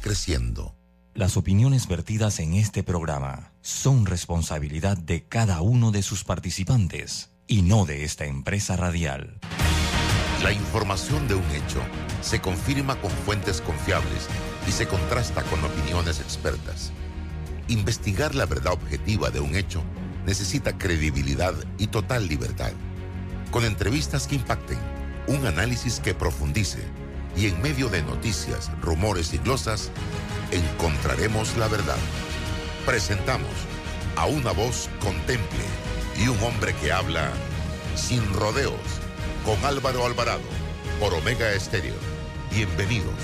creciendo. Las opiniones vertidas en este programa son responsabilidad de cada uno de sus participantes y no de esta empresa radial. La información de un hecho se confirma con fuentes confiables y se contrasta con opiniones expertas. Investigar la verdad objetiva de un hecho necesita credibilidad y total libertad. Con entrevistas que impacten, un análisis que profundice y en medio de noticias, rumores y glosas, encontraremos la verdad. Presentamos a una voz contemple y un hombre que habla sin rodeos, con Álvaro Alvarado, por Omega Estéreo. Bienvenidos.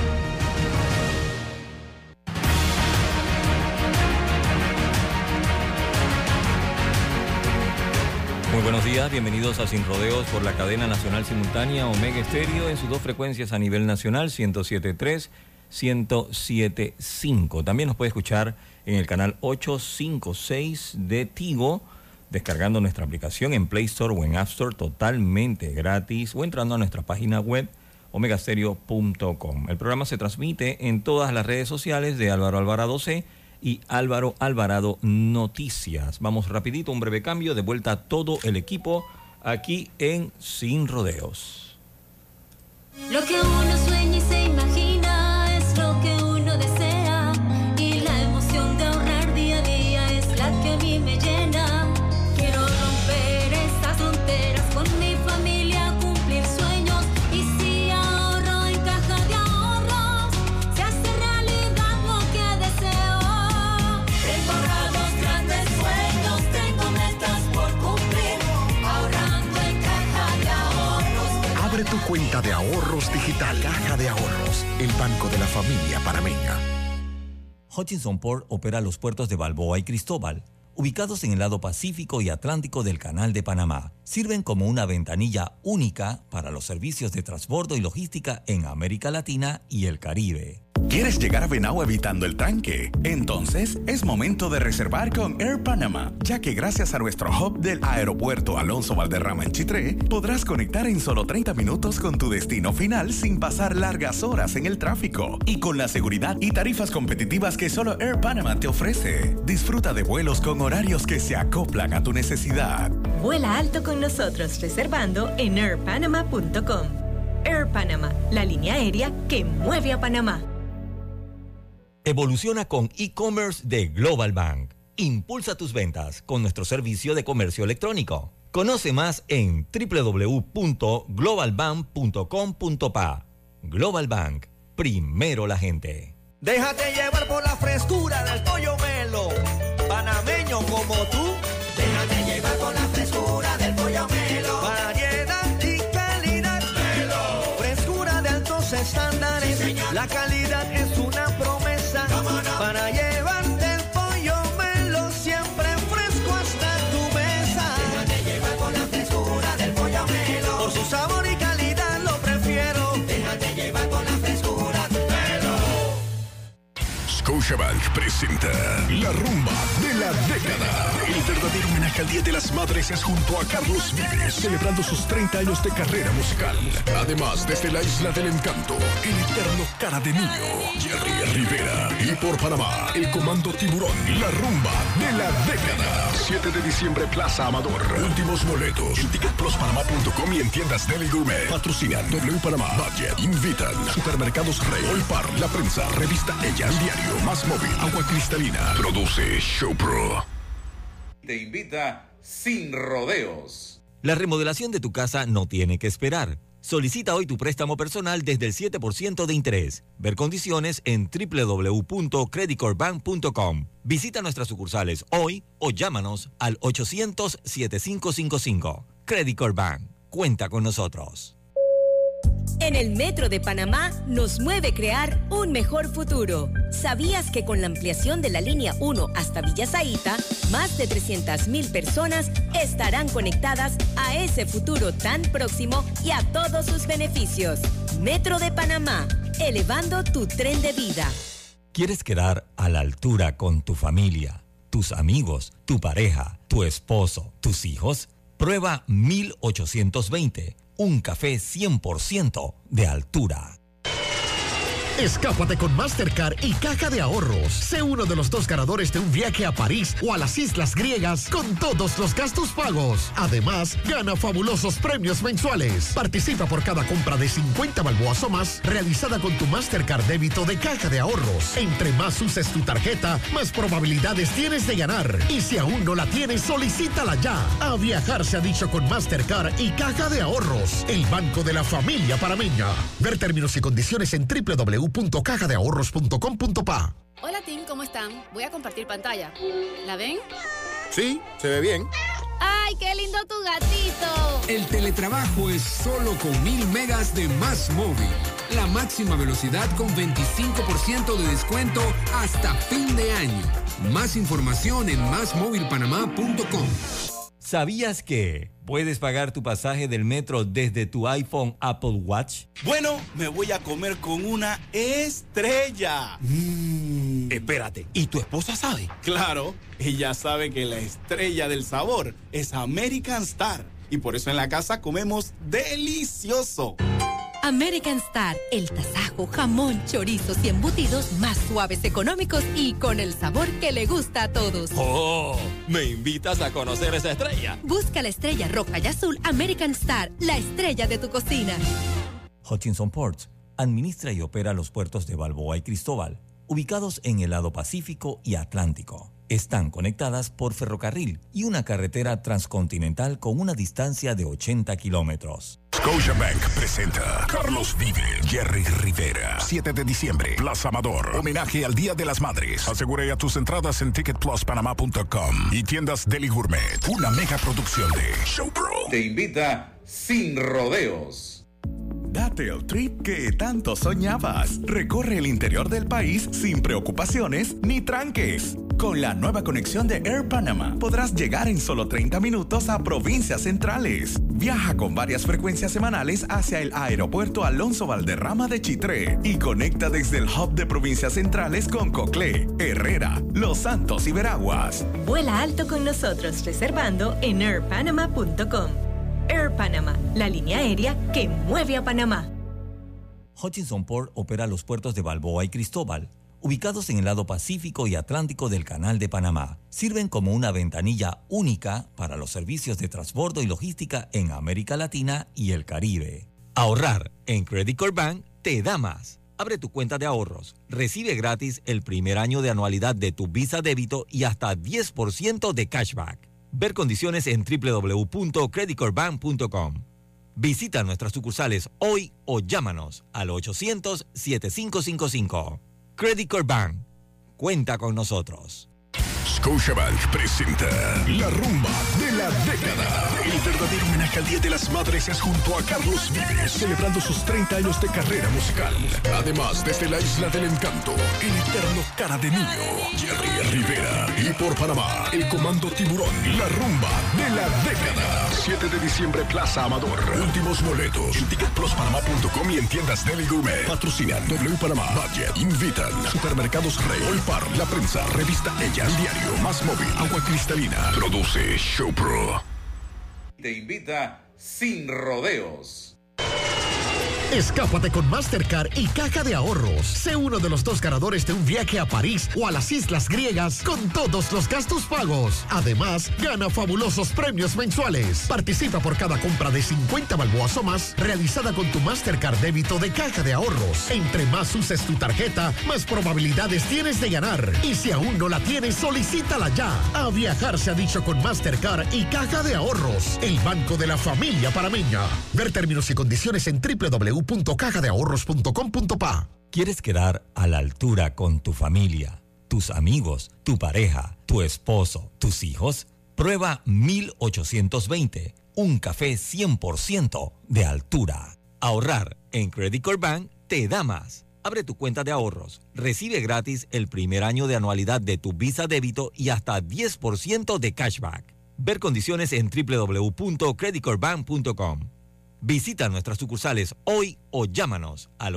Muy buenos días, bienvenidos a Sin Rodeos por la cadena nacional simultánea Omega Estéreo en sus dos frecuencias a nivel nacional, 107.3, 107.5. También nos puede escuchar en el canal 856 de Tigo, descargando nuestra aplicación en Play Store o en App Store totalmente gratis o entrando a nuestra página web omegastereo.com. El programa se transmite en todas las redes sociales de Álvaro Alvarado C y Álvaro Alvarado Noticias. Vamos rapidito, un breve cambio, de vuelta a todo el equipo aquí en Sin Rodeos. Lo que uno sueña y se imagina es lo que uno desea, y la emoción de ahorrar día a día es la que a mí me llena. Quiero romper esas fronteras con mi familia, cumplir sueños, y si ahorro en caja de ahorros, se hace realidad lo que deseo. Tengo ahorrados grandes sueños, tengo metas por cumplir, ahorrando en caja de ahorros. Abre tu cuenta de ahorros digital. Caja de Ahorros, el banco de la familia panameña. Hutchinson Port opera los puertos de Balboa y Cristóbal, ubicados en el lado Pacífico y Atlántico del Canal de Panamá. Sirven como una ventanilla única para los servicios de transbordo y logística en América Latina y el Caribe. ¿Quieres llegar a Venao evitando el tranque? Entonces es momento de reservar con Air Panama, ya que gracias a nuestro hub del aeropuerto Alonso Valderrama en Chitré, podrás conectar en solo 30 minutos con tu destino final sin pasar largas horas en el tráfico. Y con la seguridad y tarifas competitivas que solo Air Panama te ofrece. Disfruta de vuelos con horarios que se acoplan a tu necesidad. Vuela alto con nosotros reservando en airpanama.com. Air Panama, la línea aérea que mueve a Panamá. Evoluciona con e-commerce de Global Bank. Impulsa tus ventas con nuestro servicio de comercio electrónico. Conoce más en www.globalbank.com.pa. Global Bank, primero la gente. Déjate llevar por la frescura del pollo Melo, panameño como tú. Déjate llevar por la frescura del pollo Melo. Variedad y calidad. Melo. Frescura de altos estándares. Sí, la calidad es una promesa. Para llevarte el pollo Melo siempre fresco hasta tu mesa. Déjate llevar por la frescura del pollo Melo. Por su sabor y calidad lo prefiero. Déjate llevar por la frescura del Melo. Scotiabank presenta la rumba de la década. El verdadero homenaje al Día de las Madres es junto a Carlos Vives, celebrando sus 30 años de carrera musical. Además, desde la Isla del Encanto, el eterno cara de niño, Jerry Rivera. Y por Panamá, el Comando Tiburón, la rumba de la década. 7 de diciembre, Plaza Amador. Últimos boletos en ticketpluspanamá.com y en tiendas Deli Gourmet. Patrocinan W Panamá, Budget, Invitan, Supermercados Rey, Olpar, La Prensa, Revista Ella, El Diario, Más Móvil, Agua Cristalina. Produce Showpro. Te invita Sin Rodeos. La remodelación de tu casa no tiene que esperar. Solicita hoy tu préstamo personal desde el 7% de interés. Ver condiciones en www.creditcorpbank.com. Visita nuestras sucursales hoy o llámanos al 800-7555. Credit Corp Bank. Cuenta con nosotros. En el Metro de Panamá nos mueve crear un mejor futuro. ¿Sabías que con la ampliación de la línea 1 hasta Villa Zaita, más de 300,000 personas estarán conectadas a ese futuro tan próximo y a todos sus beneficios? Metro de Panamá, elevando tu tren de vida. ¿Quieres quedar a la altura con tu familia, tus amigos, tu pareja, tu esposo, tus hijos? Prueba 1820. Un café 100% de altura. Escápate con Mastercard y Caja de Ahorros. Sé uno de los 2 ganadores de un viaje a París o a las Islas Griegas con todos los gastos pagos. Además, gana fabulosos premios mensuales. Participa por cada compra de 50 balboas o más realizada con tu Mastercard débito de Caja de Ahorros. Entre más uses tu tarjeta, más probabilidades tienes de ganar. Y si aún no la tienes, solicítala ya. A viajar se ha dicho con Mastercard y Caja de Ahorros, el banco de la familia panameña. Ver términos y condiciones en www.cajadeahorros.com.pa. Hola Tim, ¿cómo están? Voy a compartir pantalla. ¿La ven? Sí, se ve bien. ¡Ay, qué lindo tu gatito! El teletrabajo es solo con 1000 megas de Más Móvil. La máxima velocidad con 25% de descuento hasta fin de año. Más información en másmóvilpanamá.com. ¿Sabías que puedes pagar tu pasaje del metro desde tu iPhone Apple Watch? Bueno, me voy a comer con una estrella. Espérate, ¿y tu esposa sabe? Claro, ella sabe que la estrella del sabor es American Star. Y por eso en la casa comemos delicioso. American Star, el tasajo, jamón, chorizos y embutidos más suaves, económicos y con el sabor que le gusta a todos. ¡Oh! ¿Me invitas a conocer esa estrella? Busca la estrella roja y azul American Star, la estrella de tu cocina. Hutchinson Ports administra y opera los puertos de Balboa y Cristóbal, ubicados en el lado Pacífico y Atlántico. Están conectadas por ferrocarril y una carretera transcontinental con una distancia de 80 kilómetros. Scotiabank presenta Carlos Vive, Jerry Rivera. 7 de diciembre, Plaza Amador. Homenaje al Día de las Madres. Asegure ya tus entradas en ticketpluspanamá.com y tiendas Deli Gourmet. Una mega producción de Showpro. Te invita Sin Rodeos. Date el trip que tanto soñabas. Recorre el interior del país sin preocupaciones ni tranques. Con la nueva conexión de Air Panama podrás llegar en solo 30 minutos a provincias centrales. Viaja con varias frecuencias semanales hacia el aeropuerto Alonso Valderrama de Chitré y conecta desde el hub de provincias centrales con Coclé, Herrera, Los Santos y Veraguas. Vuela alto con nosotros reservando en airpanama.com. Air Panama, la línea aérea que mueve a Panamá. Hutchinson Port opera los puertos de Balboa y Cristóbal, ubicados en el lado Pacífico y Atlántico del Canal de Panamá. Sirven como una ventanilla única para los servicios de transbordo y logística en América Latina y el Caribe. Ahorrar en Credit Corp Bank te da más. Abre tu cuenta de ahorros, recibe gratis el primer año de anualidad de tu Visa débito y hasta 10% de cashback. Ver condiciones en www.creditcorpbank.com. Visita nuestras sucursales hoy o llámanos al 800-7555. Credit Corp Bank. Cuenta con nosotros. Scotiabank presenta La Rumba de la Década. El verdadero homenaje al Día de las Madres es junto a Carlos Vives, celebrando sus 30 años de carrera musical. Además, desde la Isla del Encanto, el eterno cara de niño, Jerry Rivera. Y por Panamá, el Comando Tiburón, La Rumba de la Década. 7 de diciembre, Plaza Amador. Últimos boletos en ticketpluspanamá.com y en tiendas Deli Gourmet. Patrocinan W Panamá, Budget, Invitan, Supermercados Rey, Olpar, La Prensa, Revista Ella, El Diario, Más Móvil, Agua Cristalina. Produce Showpro. Te invita Sin Rodeos. Escápate con Mastercard y Caja de Ahorros. Sé uno de los 2 ganadores de un viaje a París o a las Islas Griegas con todos los gastos pagos. Además, gana fabulosos premios mensuales. Participa por cada compra de 50 balboas o más realizada con tu Mastercard débito de Caja de Ahorros. Entre más uses tu tarjeta, más probabilidades tienes de ganar. Y si aún no la tienes, solicítala ya. A viajar se ha dicho con Mastercard y Caja de Ahorros, el banco de la familia panameña. Ver términos y condiciones en www.cajadeahorros.com.pa. ¿Quieres quedar a la altura con tu familia, tus amigos, tu pareja, tu esposo, tus hijos? Prueba 1820, un café 100% de altura. Ahorrar en Credit Corp Bank te da más. Abre tu cuenta de ahorros, recibe gratis el primer año de anualidad de tu Visa débito y hasta 10% de cashback. Ver condiciones en www.creditcorpbank.com. Visita nuestras sucursales hoy o llámanos al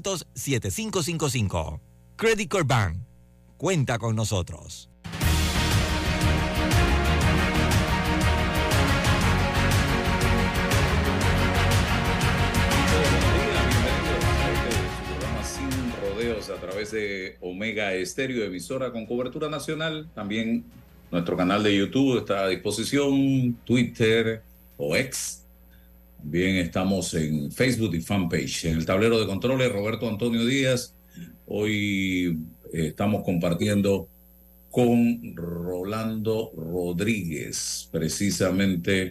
800-7555. Credit Corp Bank. Cuenta con nosotros. a través de Omega Estéreo, emisora con cobertura nacional. También nuestro canal de YouTube está a disposición, Twitter o X. También estamos en Facebook y fanpage. En el tablero de controles, Roberto Antonio Díaz. Hoy estamos compartiendo con Rolando Rodríguez, precisamente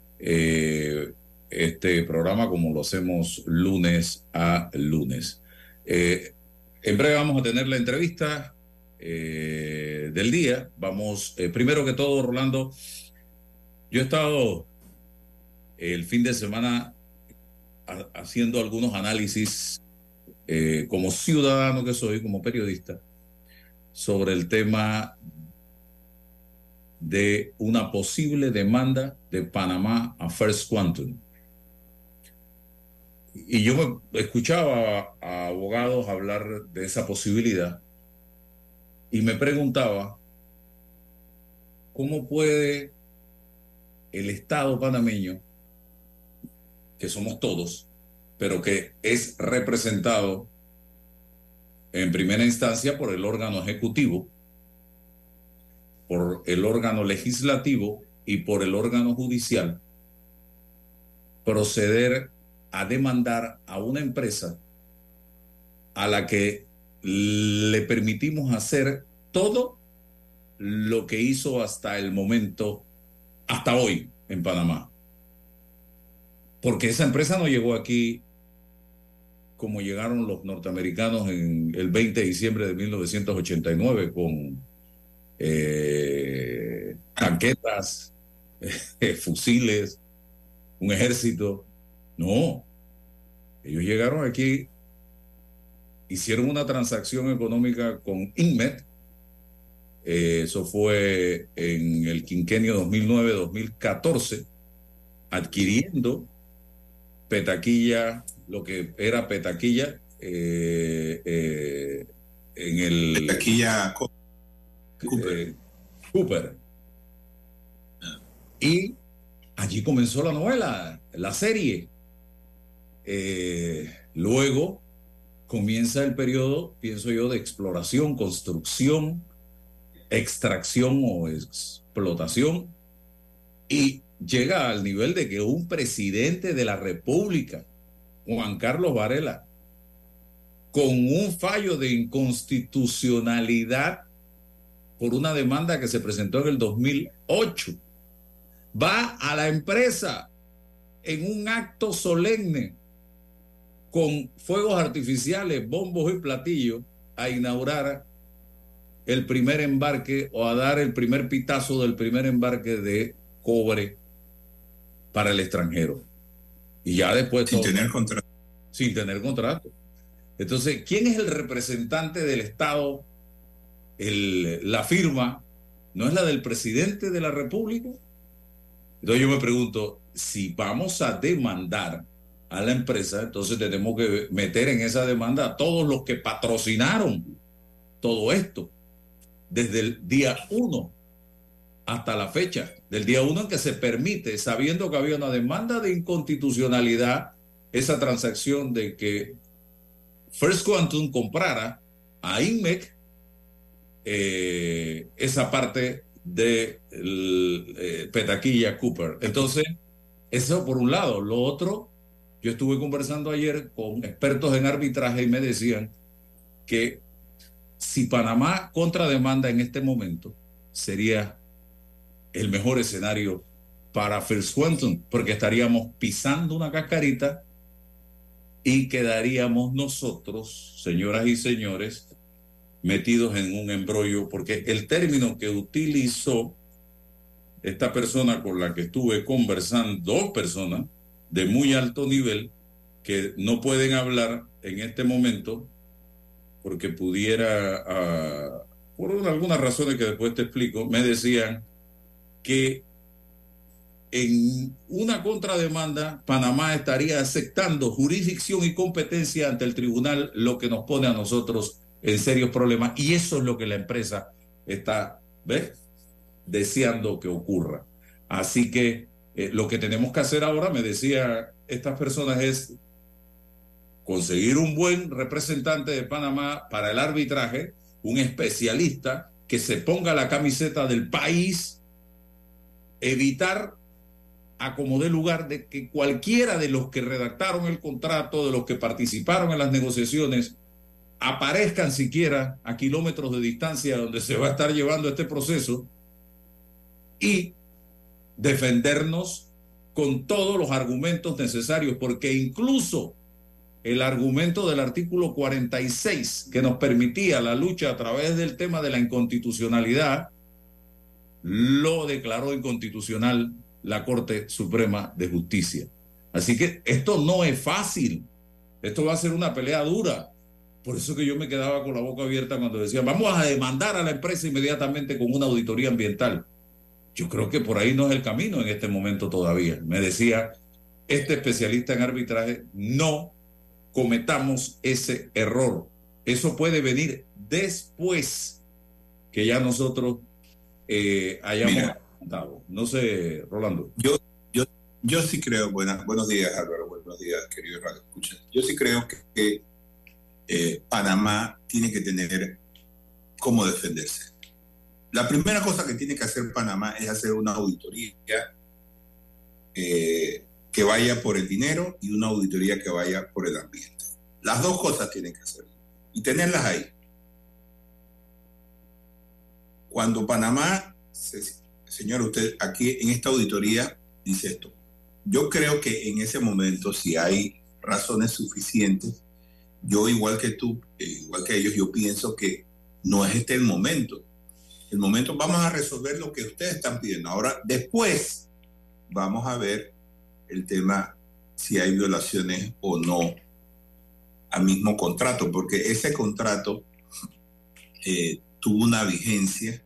este programa como lo hacemos lunes a lunes. En breve vamos a tener la entrevista del día. Vamos, primero que todo, Rolando, yo he estado el fin de semana haciendo algunos análisis como ciudadano que soy, como periodista, sobre el tema de una posible demanda de Panamá a First Quantum. Y yo escuchaba a abogados hablar de esa posibilidad y me preguntaba cómo puede el Estado panameño, que somos todos, pero que es representado en primera instancia por el órgano ejecutivo, por el órgano legislativo y por el órgano judicial, proceder a demandar a una empresa a la que le permitimos hacer todo lo que hizo hasta el momento, hasta hoy en Panamá. Porque esa empresa no llegó aquí como llegaron los norteamericanos en el 20 de diciembre de 1989 con tanquetas, fusiles, un ejército. No, ellos llegaron aquí, hicieron una transacción económica con Inmet, eso fue en el quinquenio 2009-2014, adquiriendo Petaquilla, lo que era Petaquilla, en el... Petaquilla Cooper. Y allí comenzó la novela, la serie. Luego comienza el periodo, pienso yo, de exploración, construcción, extracción o explotación, y llega al nivel de que un presidente de la República, Juan Carlos Varela, con un fallo de inconstitucionalidad por una demanda que se presentó en el 2008, va a la empresa en un acto solemne con fuegos artificiales, bombos y platillos a inaugurar el primer embarque o a dar el primer pitazo del primer embarque de cobre para el extranjero. Y ya después... Sin tener contrato. Sin tener contrato. Entonces, ¿quién es el representante del Estado? La firma, ¿no es la del presidente de la República? Entonces yo me pregunto, si vamos a demandar a la empresa, entonces tenemos que meter en esa demanda a todos los que patrocinaron todo esto, desde el día 1 hasta la fecha, del día 1 en que se permite, sabiendo que había una demanda de inconstitucionalidad, esa transacción de que First Quantum comprara a INMEC esa parte de Petaquilla Cooper. Entonces, eso por un lado. Lo otro, yo estuve conversando ayer con expertos en arbitraje y me decían que si Panamá contrademanda en este momento, sería el mejor escenario para First Quantum, porque estaríamos pisando una cascarita y quedaríamos nosotros, señoras y señores, metidos en un embrollo, porque el término que utilizó esta persona con la que estuve conversando, dos personas de muy alto nivel que no pueden hablar en este momento porque pudiera, por algunas razones que después te explico, me decían que en una contrademanda Panamá estaría aceptando jurisdicción y competencia ante el tribunal, lo que nos pone a nosotros en serios problemas, y eso es lo que la empresa está, ¿ves?, deseando que ocurra. Así que lo que tenemos que hacer ahora, me decía estas personas, es conseguir un buen representante de Panamá para el arbitraje, un especialista que se ponga la camiseta del país, evitar a como dé lugar de que cualquiera de los que redactaron el contrato, de los que participaron en las negociaciones, aparezcan siquiera a kilómetros de distancia donde se va a estar llevando este proceso, y defendernos con todos los argumentos necesarios, porque incluso el argumento del artículo 46 que nos permitía la lucha a través del tema de la inconstitucionalidad lo declaró inconstitucional la Corte Suprema de Justicia. Así que esto no es fácil, esto va a ser una pelea dura. Por eso que yo me quedaba con la boca abierta cuando decían vamos a demandar a la empresa inmediatamente con una auditoría ambiental. Yo creo que por ahí no es el camino en este momento todavía. Me decía este especialista en arbitraje, no cometamos ese error. Eso puede venir después que ya nosotros hayamos adelantado. No sé, Rolando. Yo sí creo, buenos días, Álvaro, buenos días, queridos radioescuchas. Yo sí creo que Panamá tiene que tener cómo defenderse. La primera cosa que tiene que hacer Panamá es hacer una auditoría que vaya por el dinero y una auditoría que vaya por el ambiente. Las dos cosas tienen que hacer y tenerlas ahí. Cuando Panamá, señor, usted aquí en esta auditoría dice esto. Yo creo que en ese momento, si hay razones suficientes, yo igual que tú, igual que ellos, yo pienso que no es este el momento. El momento, vamos a resolver lo que ustedes están pidiendo. Ahora, después, vamos a ver el tema si hay violaciones o no al mismo contrato, porque ese contrato tuvo una vigencia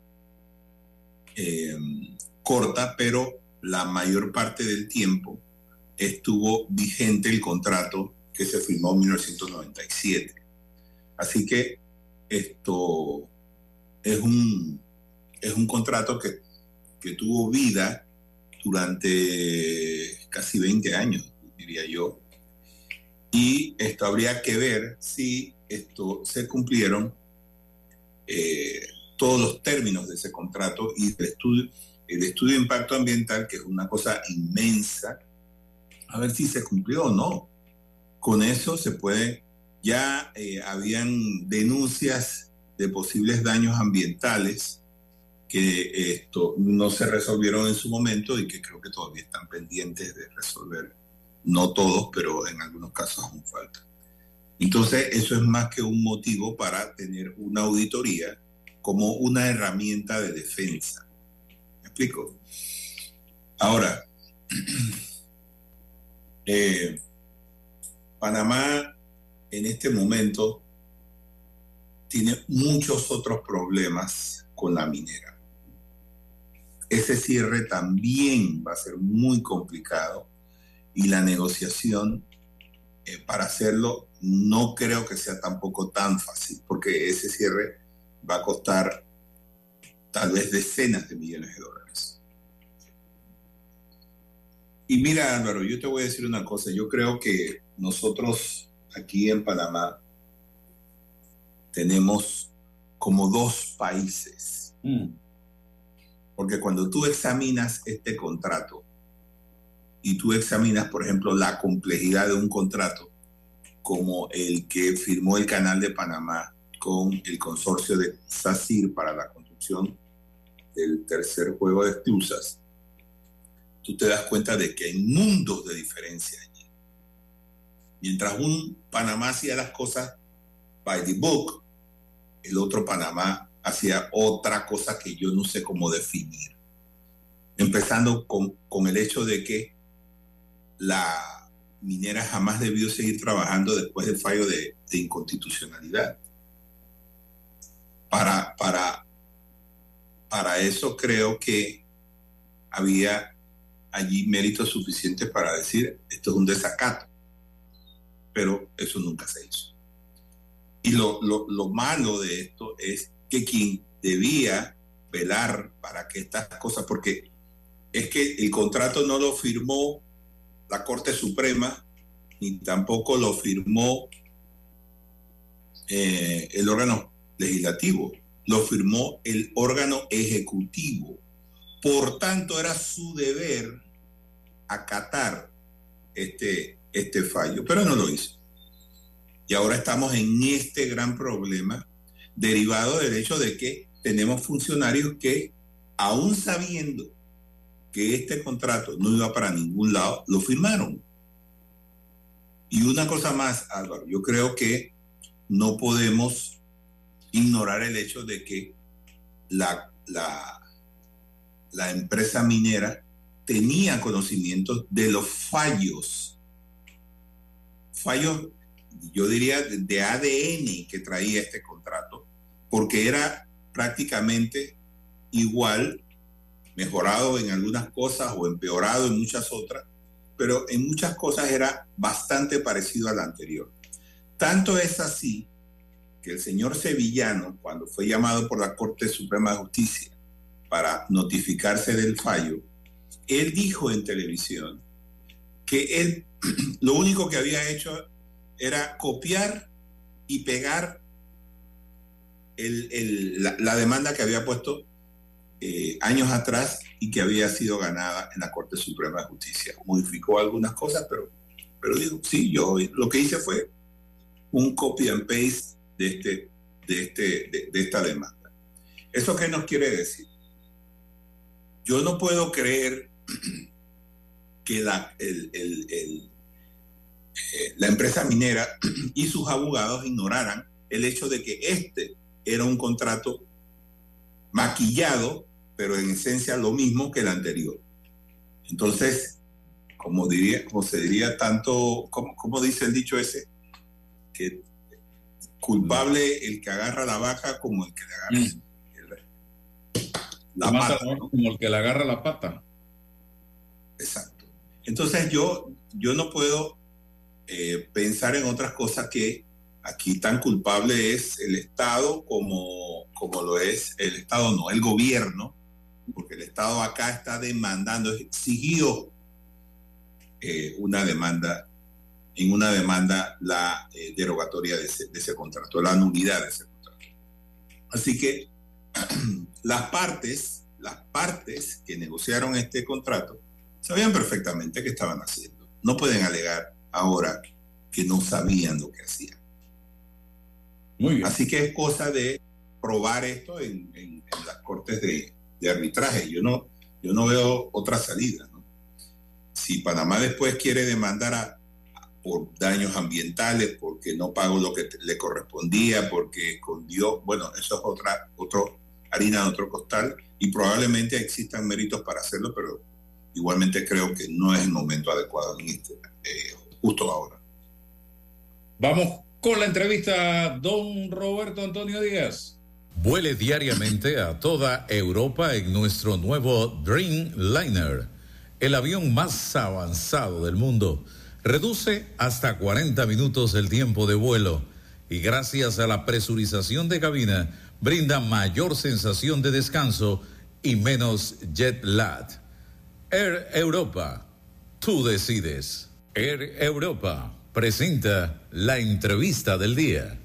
corta, pero la mayor parte del tiempo estuvo vigente el contrato que se firmó en 1997. Así que esto es un contrato que tuvo vida durante casi 20 años, diría yo. Y esto habría que ver si esto se cumplieron todos los términos de ese contrato y el estudio de impacto ambiental, que es una cosa inmensa, a ver si se cumplió o no. Con eso se puede, ya habían denuncias de posibles daños ambientales que esto no se resolvieron en su momento y que creo que todavía están pendientes de resolver. No todos, pero en algunos casos aún falta. Entonces, eso es más que un motivo para tener una auditoría como una herramienta de defensa. ¿Me explico? Ahora, Panamá en este momento tiene muchos otros problemas con la minera. Ese cierre también va a ser muy complicado y la negociación para hacerlo no creo que sea tampoco tan fácil, porque ese cierre va a costar tal vez decenas de millones de dólares. Y mira, Álvaro, yo te voy a decir una cosa. Yo creo que nosotros aquí en Panamá tenemos como dos países. Porque cuando tú examinas este contrato y tú examinas, por ejemplo, la complejidad de un contrato como el que firmó el Canal de Panamá con el consorcio de SACIR para la construcción del tercer juego de esclusas, tú te das cuenta de que hay mundos de diferencia allí. Mientras un Panamá hacía las cosas by the book, el otro Panamá hacía otra cosa que yo no sé cómo definir. Empezando con el hecho de que la minera jamás debió seguir trabajando después del fallo de inconstitucionalidad. Para eso creo que había allí méritos suficientes para decir esto es un desacato, pero eso nunca se hizo. Y lo malo de esto es que quien debía velar para que estas cosas, porque es que el contrato no lo firmó la Corte Suprema, ni tampoco lo firmó el órgano legislativo, lo firmó el órgano ejecutivo. Por tanto, era su deber acatar este fallo, pero no lo hizo. Y ahora estamos en este gran problema derivado del hecho de que tenemos funcionarios que, aún sabiendo que este contrato no iba para ningún lado, lo firmaron. Y una cosa más, Álvaro, yo creo que no podemos ignorar el hecho de que la empresa minera tenía conocimiento de los fallos, yo diría, de ADN que traía este contrato, porque era prácticamente igual, mejorado en algunas cosas o empeorado en muchas otras, pero en muchas cosas era bastante parecido al anterior. Tanto es así que el señor Sevillano, cuando fue llamado por la Corte Suprema de Justicia para notificarse del fallo, él dijo en televisión que él lo único que había hecho era copiar y pegar la demanda que había puesto años atrás y que había sido ganada en la Corte Suprema de Justicia. Modificó algunas cosas, pero dijo, sí, yo lo que hice fue un copy and paste de esta demanda. ¿Eso qué nos quiere decir? Yo no puedo creer que la empresa minera y sus abogados ignoraran el hecho de que este era un contrato maquillado, pero en esencia lo mismo que el anterior. Entonces, como se diría tanto, como dice el dicho ese, que culpable el que agarra la vaca como el que le agarra la pata, como el que le agarra la pata. Exacto. Entonces yo no puedo pensar en otras cosas que aquí tan culpable es el Estado como lo es el Estado, no, el gobierno, porque el Estado acá está demandando, exigió en una demanda la derogatoria de ese contrato, la nulidad de ese contrato. Así que las partes que negociaron este contrato sabían perfectamente qué estaban haciendo. No pueden alegar ahora que no sabían lo que hacían. Muy bien. Así que es cosa de probar esto en las cortes de arbitraje. Yo no veo otra salida, ¿no? Si Panamá después quiere demandar por daños ambientales, porque no pagó lo que le correspondía, porque escondió, bueno, eso es otra harina de otro costal, y probablemente existan méritos para hacerlo, pero igualmente creo que no es el momento adecuado justo ahora. Vamos con la entrevista, don Roberto Antonio Díaz. Vuele diariamente a toda Europa en nuestro nuevo Dreamliner, el avión más avanzado del mundo. Reduce hasta 40 minutos el tiempo de vuelo y gracias a la presurización de cabina brinda mayor sensación de descanso y menos jet lag. Air Europa, tú decides. Air Europa presenta la entrevista del día.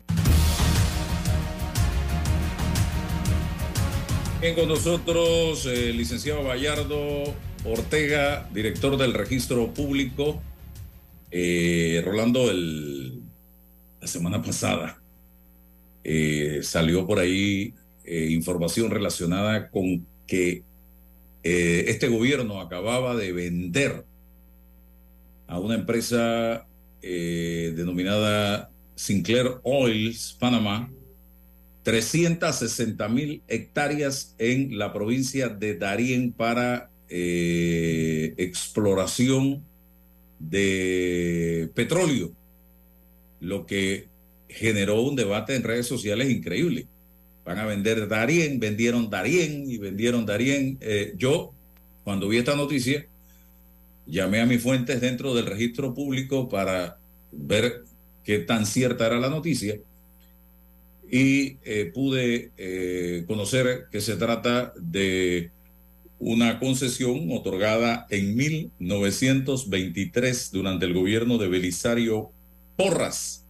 Bien, con nosotros el licenciado Bayardo Ortega, director del Registro Público. Rolando, la semana pasada salió por ahí información relacionada con que este gobierno acababa de vender a una empresa denominada Sinclair Oils Panamá 360,000 hectáreas en la provincia de Darién para exploración de petróleo, lo que generó un debate en redes sociales increíble. Van a vender Darién, vendieron Darién y vendieron Darién. Yo, cuando vi esta noticia, llamé a mis fuentes dentro del registro público para ver qué tan cierta era la noticia y pude conocer que se trata de una concesión otorgada en 1923 durante el gobierno de Belisario Porras.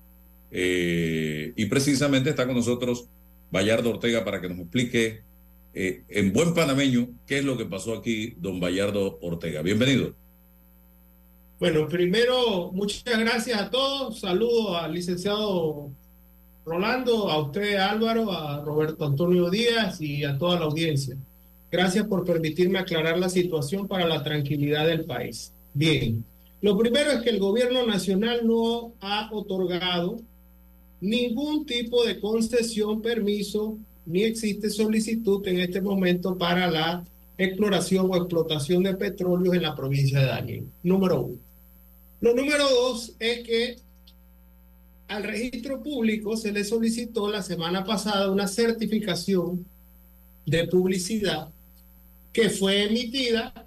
Y precisamente está con nosotros Bayardo Ortega para que nos explique en buen panameño qué es lo que pasó aquí, don Bayardo Ortega. Bienvenido. Bueno, primero, muchas gracias a todos. Saludos al licenciado Rolando, a usted Álvaro, a Roberto Antonio Díaz y a toda la audiencia. Gracias por permitirme aclarar la situación para la tranquilidad del país. Bien, lo primero es que el gobierno nacional no ha otorgado ningún tipo de concesión, permiso, ni existe solicitud en este momento para la exploración o explotación de petróleos en la provincia de Darién. Número uno. Lo número dos es que al registro público se le solicitó la semana pasada una certificación de publicidad que fue emitida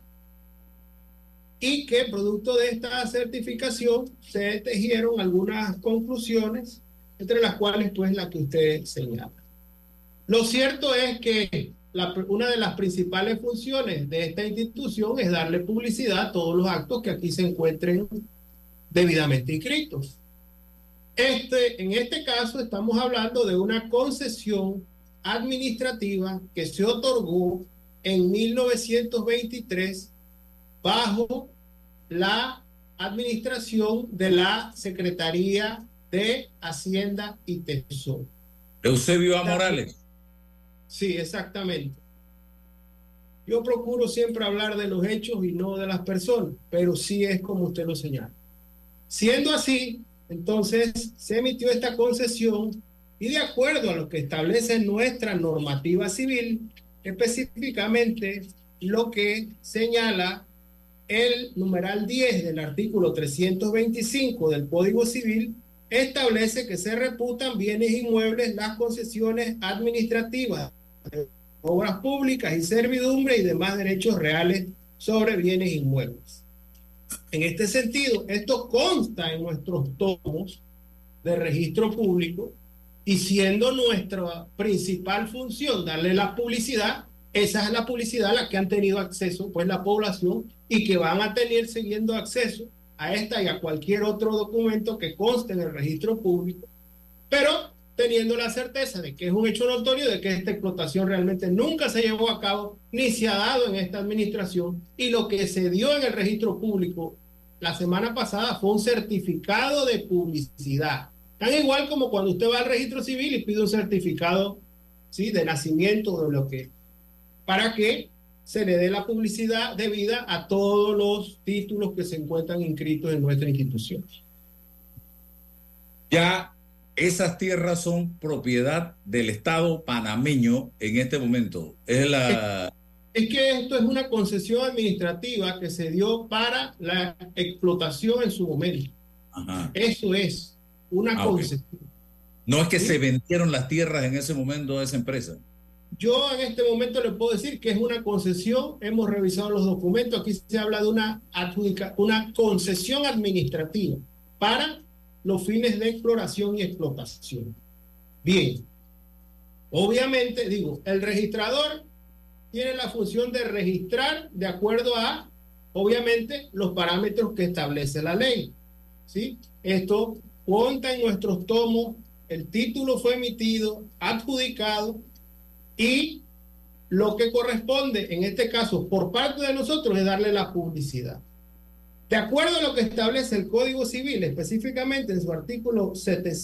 y que producto de esta certificación se tejieron algunas conclusiones, entre las cuales pues la que usted señala. Lo cierto es que una de las principales funciones de esta institución es darle publicidad a todos los actos que aquí se encuentren debidamente inscritos. En este caso estamos hablando de una concesión administrativa que se otorgó en 1923 bajo la administración de la Secretaría de Hacienda y Tesoro. Eusebio A. Morales. Sí, exactamente. Yo procuro siempre hablar de los hechos y no de las personas, pero sí es como usted lo señala. Siendo así, entonces se emitió esta concesión y de acuerdo a lo que establece nuestra normativa civil, específicamente lo que señala el numeral 10 del artículo 325 del Código Civil, establece que se reputan bienes inmuebles las concesiones administrativas de obras públicas y servidumbre y demás derechos reales sobre bienes inmuebles. En este sentido, esto consta en nuestros tomos de registro público y siendo nuestra principal función darle la publicidad, esa es la publicidad a la que han tenido acceso pues la población y que van a tener siguiendo acceso a esta y a cualquier otro documento que conste en el registro público, pero teniendo la certeza de que es un hecho notorio de que esta explotación realmente nunca se llevó a cabo ni se ha dado en esta administración, y lo que se dio en el registro público la semana pasada fue un certificado de publicidad, tan igual como cuando usted va al registro civil y pide un certificado, ¿sí?, de nacimiento, de lo que, para que se le dé la publicidad debida a todos los títulos que se encuentran inscritos en nuestra institución. Ya esas tierras son propiedad del Estado panameño en este momento. Es que esto es una concesión administrativa que se dio para la explotación en su momento. Ajá. Eso es una concesión. Okay. No es que se vendieron las tierras en ese momento a esa empresa. Yo en este momento le puedo decir que es una concesión. Hemos revisado los documentos. Aquí se habla de una concesión administrativa para los fines de exploración y explotación. Bien, obviamente, el registrador tiene la función de registrar de acuerdo a, obviamente, los parámetros que establece la ley, ¿sí? Esto consta en nuestros tomos, el título fue emitido, adjudicado, y lo que corresponde, en este caso, por parte de nosotros, es darle la publicidad. De acuerdo a lo que establece el Código Civil, específicamente en su artículo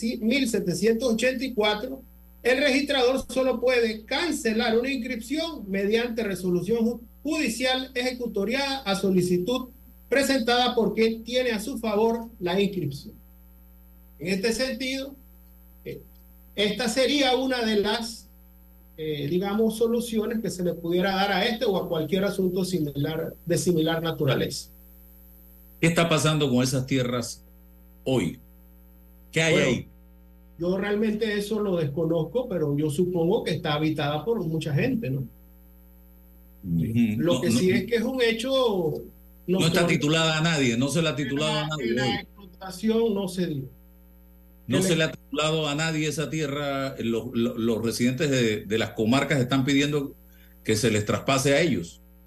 1784, el registrador solo puede cancelar una inscripción mediante resolución judicial ejecutoriada a solicitud presentada por quien tiene a su favor la inscripción. En este sentido, esta sería una de las, soluciones que se le pudiera dar a este o a cualquier asunto de similar naturaleza. ¿Qué está pasando con esas tierras hoy? ¿Qué hay ahí? Yo realmente eso lo desconozco, pero yo supongo que está habitada por mucha gente, ¿no? Lo que sí es que es un hecho... No está titulada a nadie, no se la ha titulado a nadie. La explotación no se dio. No se le ha titulado a nadie esa tierra. Los residentes de las comarcas están pidiendo que se les traspase a ellos.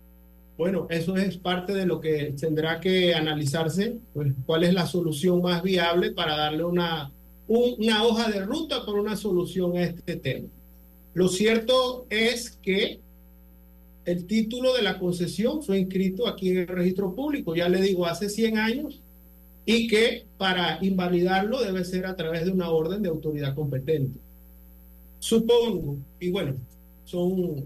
Bueno, eso es parte de lo que tendrá que analizarse, pues, cuál es la solución más viable para darle una hoja de ruta para una solución a este tema. Lo cierto es que el título de la concesión fue inscrito aquí en el registro público, ya le digo, hace 100 años, y que para invalidarlo debe ser a través de una orden de autoridad competente. Supongo, y bueno, son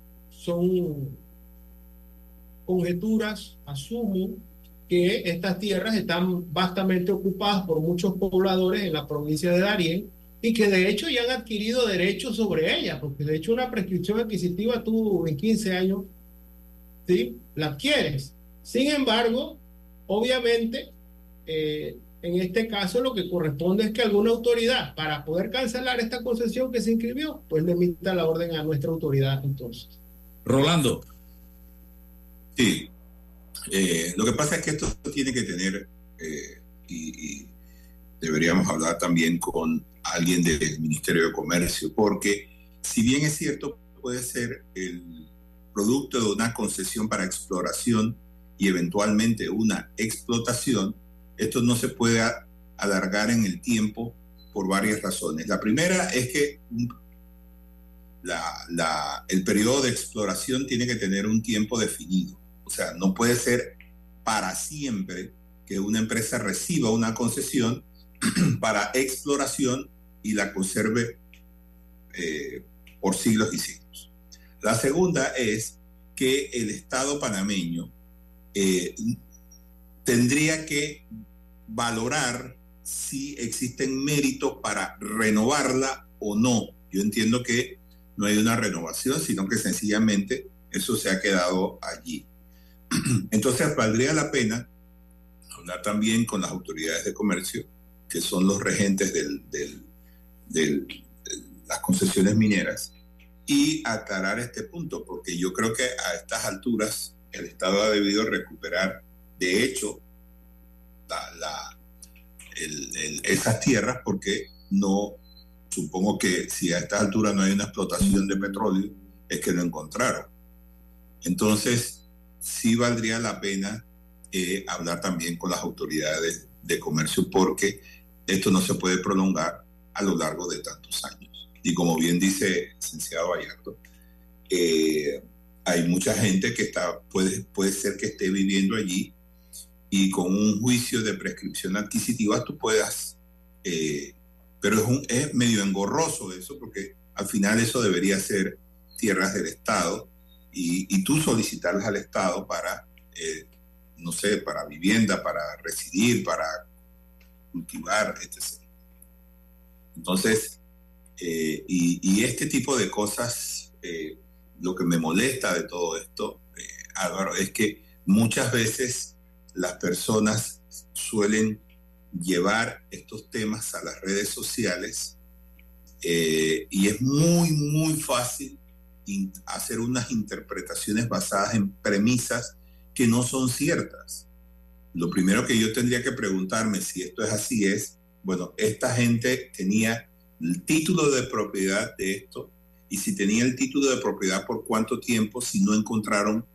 conjeturas, asumo que estas tierras están vastamente ocupadas por muchos pobladores en la provincia de Darién y que de hecho ya han adquirido derechos sobre ellas, porque de hecho una prescripción adquisitiva tú en 15 años, ¿sí?, la adquieres. Sin embargo, obviamente, en este caso lo que corresponde es que alguna autoridad, para poder cancelar esta concesión que se inscribió, pues le emita la orden a nuestra autoridad entonces. Rolando. Sí, lo que pasa es que esto tiene que tener, y deberíamos hablar también con alguien del Ministerio de Comercio, porque si bien es cierto, puede ser el producto de una concesión para exploración y eventualmente una explotación, esto no se puede alargar en el tiempo por varias razones. La primera es que el periodo de exploración tiene que tener un tiempo definido. O sea, no puede ser para siempre que una empresa reciba una concesión para exploración y la conserve por siglos y siglos. La segunda es que el Estado panameño tendría que valorar si existen méritos para renovarla o no. Yo entiendo que no hay una renovación, sino que sencillamente eso se ha quedado allí. Entonces valdría la pena hablar también con las autoridades de comercio, que son los regentes de las concesiones mineras, y aclarar este punto, porque yo creo que a estas alturas el Estado ha debido recuperar, de hecho, esas tierras, porque no, supongo que si a estas alturas no hay una explotación de petróleo, es que no encontraron. Entonces, sí valdría la pena hablar también con las autoridades de comercio, porque esto no se puede prolongar a lo largo de tantos años. Y como bien dice el licenciado Vallardo, hay mucha gente que puede ser que esté viviendo allí, y con un juicio de prescripción adquisitiva tú puedas, pero es medio engorroso eso, porque al final eso debería ser tierras del Estado, y tú solicitarlas al Estado para, no sé, para vivienda, para residir, para cultivar, etc. Entonces, y este tipo de cosas, lo que me molesta de todo esto, Álvaro, es que muchas veces las personas suelen llevar estos temas a las redes sociales, y es muy, muy fácil hacer unas interpretaciones basadas en premisas que no son ciertas. Lo primero que yo tendría que preguntarme si esto es así es, bueno, esta gente tenía el título de propiedad de esto, y si tenía el título de propiedad, ¿por cuánto tiempo si no encontraron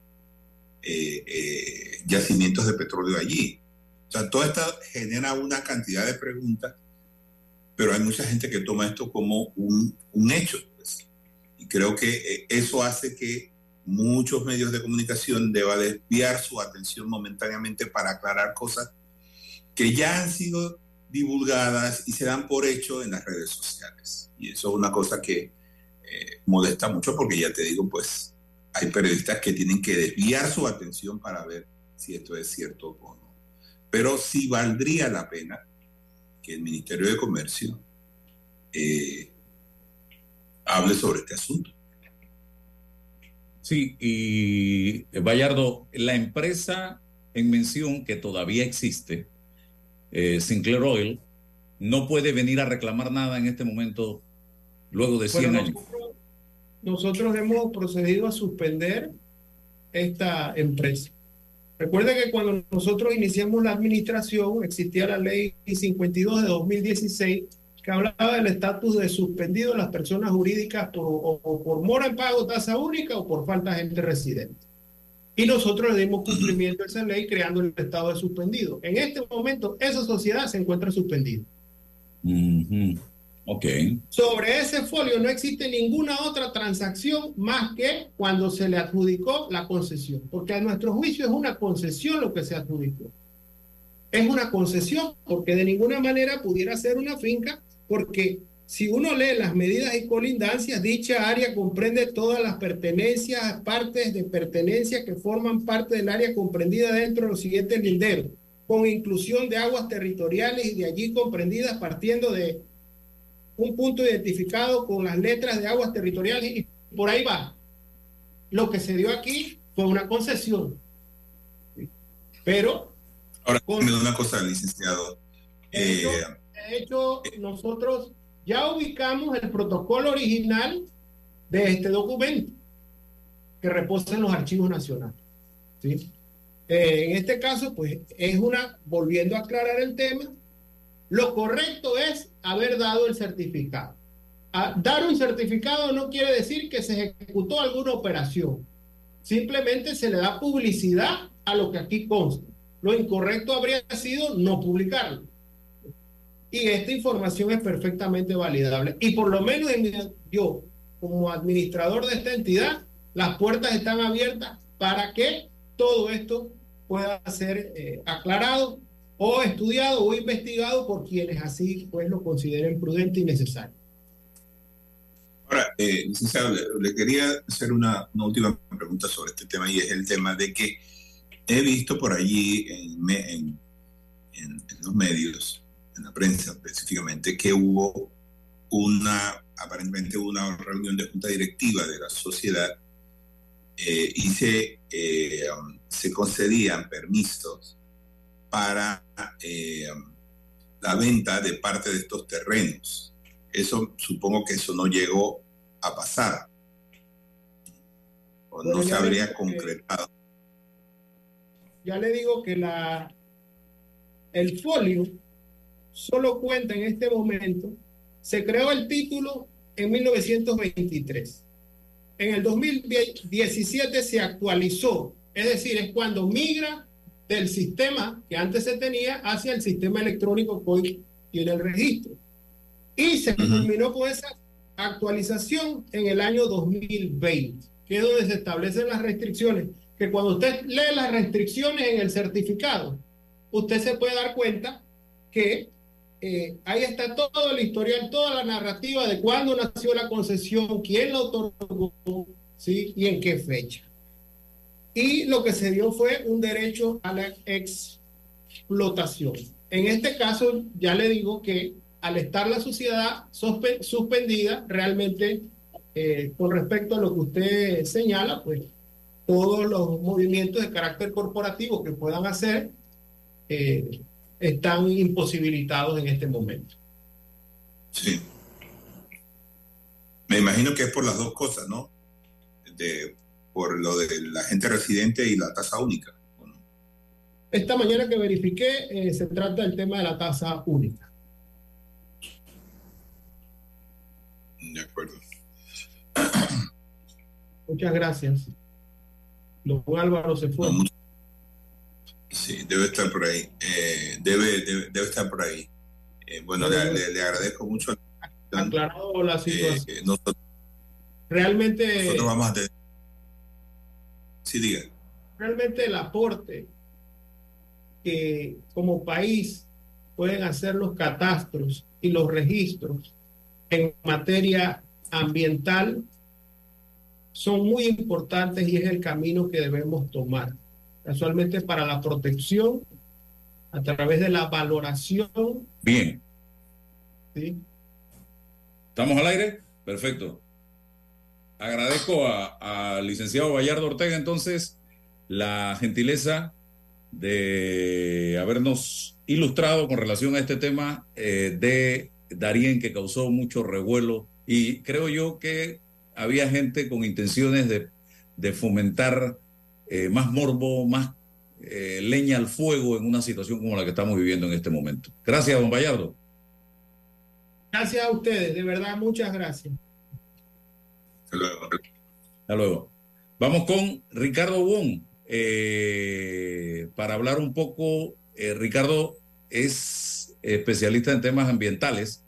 yacimientos de petróleo allí? O sea, todo esto genera una cantidad de preguntas, pero hay mucha gente que toma esto como un hecho, pues. Y creo que eso hace que muchos medios de comunicación deban desviar su atención momentáneamente para aclarar cosas que ya han sido divulgadas y se dan por hecho en las redes sociales. Y eso es una cosa que molesta mucho, porque ya te digo, pues hay periodistas que tienen que desviar su atención para ver si esto es cierto o no. Pero sí valdría la pena que el Ministerio de Comercio hable sobre este asunto. Sí, y Vallardo, la empresa en mención que todavía existe, Sinclair Oil, no puede venir a reclamar nada en este momento luego de 100 años. Nosotros hemos procedido a suspender esta empresa. Recuerden que cuando nosotros iniciamos la administración existía la ley 52 de 2016 que hablaba del estatus de suspendido de las personas jurídicas por mora en pago tasa única o por falta de gente residente. Y nosotros le dimos cumplimiento a esa ley creando el estado de suspendido. En este momento, esa sociedad se encuentra suspendida. Ok. Sobre ese folio no existe ninguna otra transacción más que cuando se le adjudicó la concesión, porque a nuestro juicio es una concesión lo que se adjudicó. Es una concesión porque de ninguna manera pudiera ser una finca, porque si uno lee las medidas y colindancias, dicha área comprende todas las pertenencias, partes de pertenencia que forman parte del área comprendida dentro de los siguientes linderos, con inclusión de aguas territoriales y de allí comprendidas partiendo de un punto identificado con las letras de aguas territoriales y por ahí va. Lo que se dio aquí fue una concesión. Pero... Ahora, una cosa, licenciado. De hecho, nosotros ya ubicamos el protocolo original de este documento que reposa en los archivos nacionales. ¿Sí? En este caso, pues, volviendo a aclarar el tema, lo correcto es haber dado el certificado. Dar un certificado no quiere decir que se ejecutó alguna operación. Simplemente se le da publicidad a lo que aquí consta. Lo incorrecto habría sido no publicarlo. Y esta información es perfectamente validable. Y por lo menos yo, como administrador de esta entidad, las puertas están abiertas para que todo esto pueda ser aclarado o estudiado o investigado por quienes así pues lo consideren prudente y necesario. Ahora, licenciado, le quería hacer una última pregunta sobre este tema, y es el tema de que he visto por allí en los medios, en la prensa específicamente, que hubo aparentemente una reunión de junta directiva de la sociedad y se concedían permisos para la venta de parte de estos terrenos. Supongo que eso no llegó a pasar, o no se habría concretado. Ya le digo que el folio solo cuenta en este momento, se creó el título en 1923. En el 2017 se actualizó, es decir, es cuando migra del sistema que antes se tenía hacia el sistema electrónico que hoy tiene el registro. Y se culminó con esa actualización en el año 2020, que es donde se establecen las restricciones, que cuando usted lee las restricciones en el certificado, usted se puede dar cuenta que ahí está todo el historial, toda la narrativa de cuándo nació la concesión, quién la otorgó, ¿sí? Y en qué fecha. Y lo que se dio fue un derecho a la explotación. En este caso, ya le digo que al estar la sociedad suspendida, realmente, con respecto a lo que usted señala, pues todos los movimientos de carácter corporativo que puedan hacer están imposibilitados en este momento. Sí. Me imagino que es por las dos cosas, ¿no? Por lo de la gente residente y la tasa única. ¿No? Esta mañana que verifiqué, se trata del tema de la tasa única. De acuerdo. Muchas gracias. Don Álvaro se fue. No, sí, debe estar por ahí. Debe estar por ahí. Bueno, le agradezco mucho. Aclarado la situación. Realmente. Nosotros vamos a tener. Sí, diga. Realmente el aporte que como país pueden hacer los catastros y los registros en materia ambiental son muy importantes y es el camino que debemos tomar. Casualmente para la protección a través de la valoración. Bien. ¿Sí? ¿Estamos al aire? Perfecto. Agradezco al licenciado Bayardo Ortega entonces la gentileza de habernos ilustrado con relación a este tema de Darién, que causó mucho revuelo, y creo yo que había gente con intenciones de fomentar más morbo, más leña al fuego en una situación como la que estamos viviendo en este momento. Gracias, don Bayardo. Gracias a ustedes, de verdad, muchas gracias. Hasta luego. Hasta luego. Vamos con Ricardo Wong, para hablar un poco. Ricardo es especialista en temas ambientales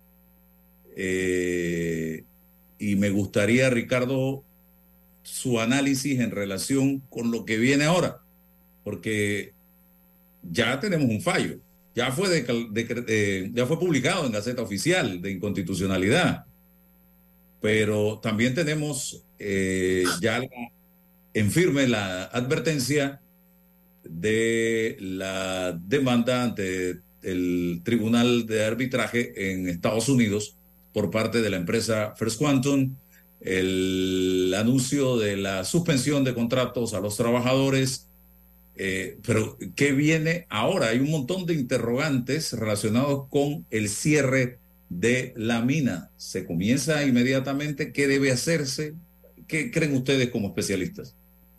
y me gustaría, Ricardo, su análisis en relación con lo que viene ahora, porque ya tenemos un fallo, ya fue publicado en Gaceta Oficial de inconstitucionalidad, pero también tenemos ya en firme la advertencia de la demanda ante el Tribunal de Arbitraje en Estados Unidos por parte de la empresa First Quantum, el anuncio de la suspensión de contratos a los trabajadores. Pero ¿qué viene ahora? Hay un montón de interrogantes relacionados con el cierre de la mina. ¿Se comienza inmediatamente? ¿Qué debe hacerse? ¿Qué creen ustedes como especialistas?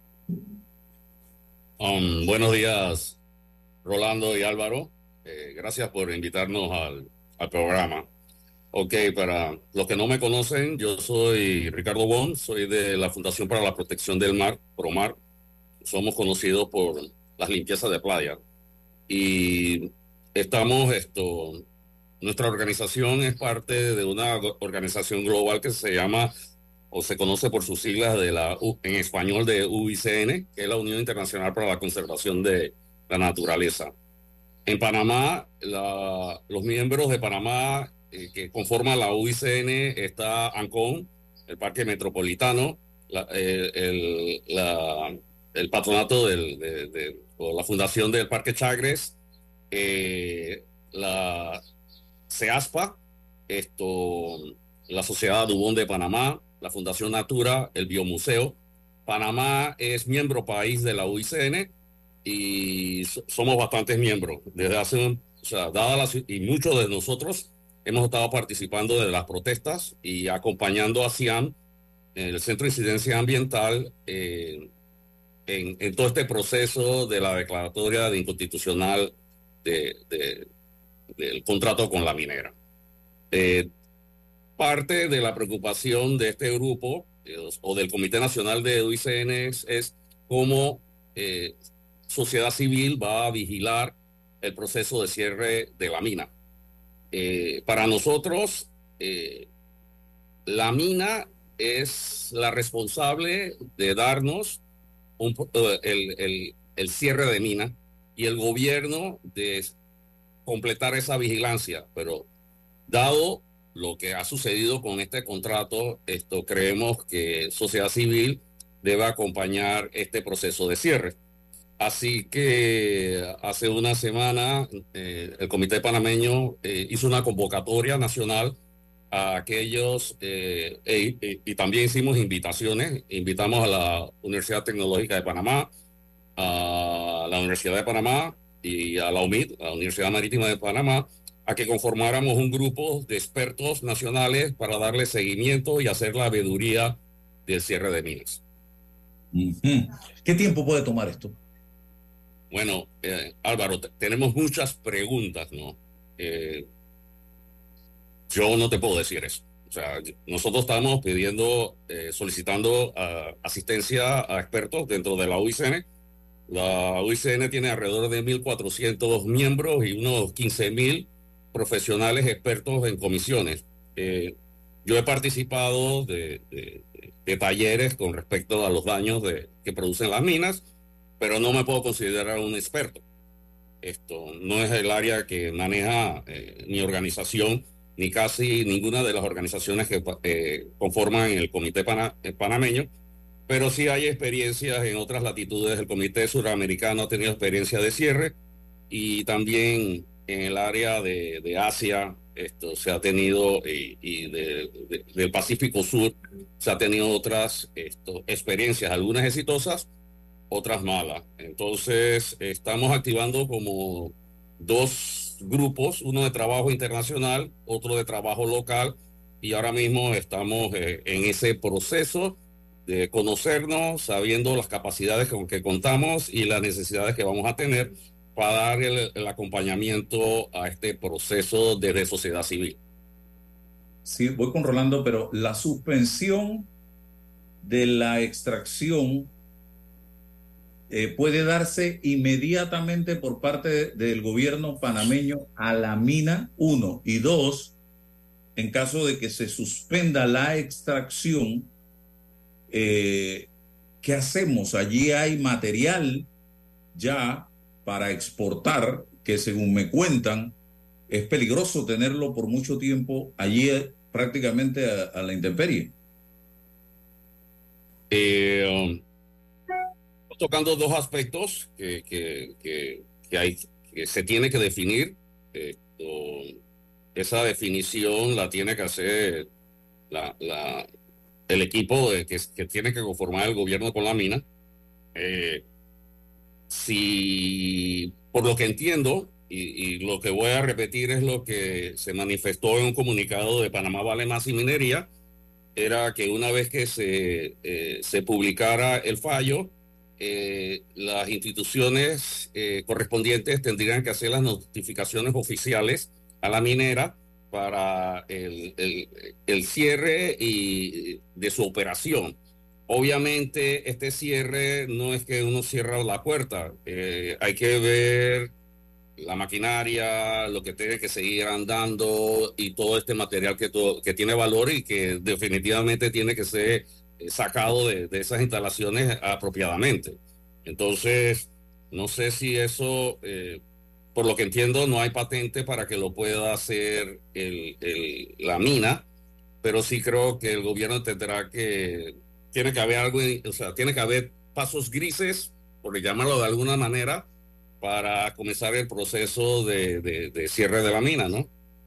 Buenos días, Rolando y Álvaro. Gracias por invitarnos al programa. Ok, para los que no me conocen, yo soy Ricardo Bon, soy de la Fundación para la Protección del Mar, PROMAR. Somos conocidos por las limpiezas de playa. Y nuestra organización es parte de una organización global que se llama, o se conoce por sus siglas en español de UICN, que es la Unión Internacional para la Conservación de la Naturaleza. En Panamá, los miembros de Panamá que conforman la UICN está ANCON, el Parque Metropolitano, el patronato o la fundación del Parque Chagres, la CEASPA, la Sociedad Dubón de Panamá, la Fundación Natura, el Biomuseo. Panamá es miembro país de la UICN y somos bastantes miembros. Desde hace, y muchos de nosotros hemos estado participando de las protestas y acompañando a CIAM, el Centro de Incidencia Ambiental, en todo este proceso de la declaratoria de inconstitucional del contrato con la minera. Parte de la preocupación de este grupo o del Comité Nacional de UICN es cómo sociedad civil va a vigilar el proceso de cierre de la mina. Para nosotros, la mina es la responsable de darnos el cierre de mina y el gobierno de completar esa vigilancia, pero dado lo que ha sucedido con este contrato, creemos que sociedad civil debe acompañar este proceso de cierre. Así que hace una semana el Comité Panameño hizo una convocatoria nacional a aquellos y también hicimos invitaciones. Invitamos a la Universidad Tecnológica de Panamá, a la Universidad de Panamá y a la UMIT, la Universidad Marítima de Panamá, a que conformáramos un grupo de expertos nacionales para darle seguimiento y hacer la veeduría del cierre de minas. ¿Qué tiempo puede tomar esto? Bueno, Álvaro, tenemos muchas preguntas, ¿no? Yo no te puedo decir eso. O sea, nosotros estamos solicitando asistencia a expertos dentro de la UICN. La UICN tiene alrededor de 1.400 miembros y unos 15.000 profesionales expertos en comisiones. Yo he participado de talleres con respecto a los daños que producen las minas, pero no me puedo considerar un experto. Esto no es el área que maneja mi organización, ni casi ninguna de las organizaciones que conforman el Comité Panameño, pero sí hay experiencias en otras latitudes. El Comité Suramericano ha tenido experiencia de cierre y también en el área de Asia se ha tenido y del Pacífico Sur se ha tenido otras experiencias, algunas exitosas, otras malas. Entonces estamos activando como dos grupos, uno de trabajo internacional, otro de trabajo local, y ahora mismo estamos en ese proceso de conocernos, sabiendo las capacidades con que contamos y las necesidades que vamos a tener para dar el acompañamiento a este proceso desde sociedad civil. Sí, voy con Rolando, pero la suspensión de la extracción puede darse inmediatamente por parte del gobierno panameño a la mina, 1, y 2, en caso de que se suspenda la extracción, ¿qué hacemos? Allí hay material ya para exportar que, según me cuentan, es peligroso tenerlo por mucho tiempo allí prácticamente a la intemperie. Tocando dos aspectos que se tiene que definir. Esa definición la tiene que hacer el equipo que tiene que conformar el gobierno con la mina. Si, por lo que entiendo, y lo que voy a repetir es lo que se manifestó en un comunicado de Panamá Vale Más y Minería, era que una vez que se publicara el fallo, las instituciones correspondientes tendrían que hacer las notificaciones oficiales a la minera para el cierre de su operación. Obviamente este cierre no es que uno cierra la puerta, hay que ver la maquinaria, lo que tiene que seguir andando y todo este material que tiene valor y que definitivamente tiene que ser sacado de esas instalaciones apropiadamente. Entonces, no sé si eso, por lo que entiendo, no hay patente para que lo pueda hacer la mina, pero sí creo que el gobierno tiene que haber algo, o sea, tiene que haber pasos grises, por llamarlo de alguna manera, para comenzar el proceso de cierre de la mina, ¿no?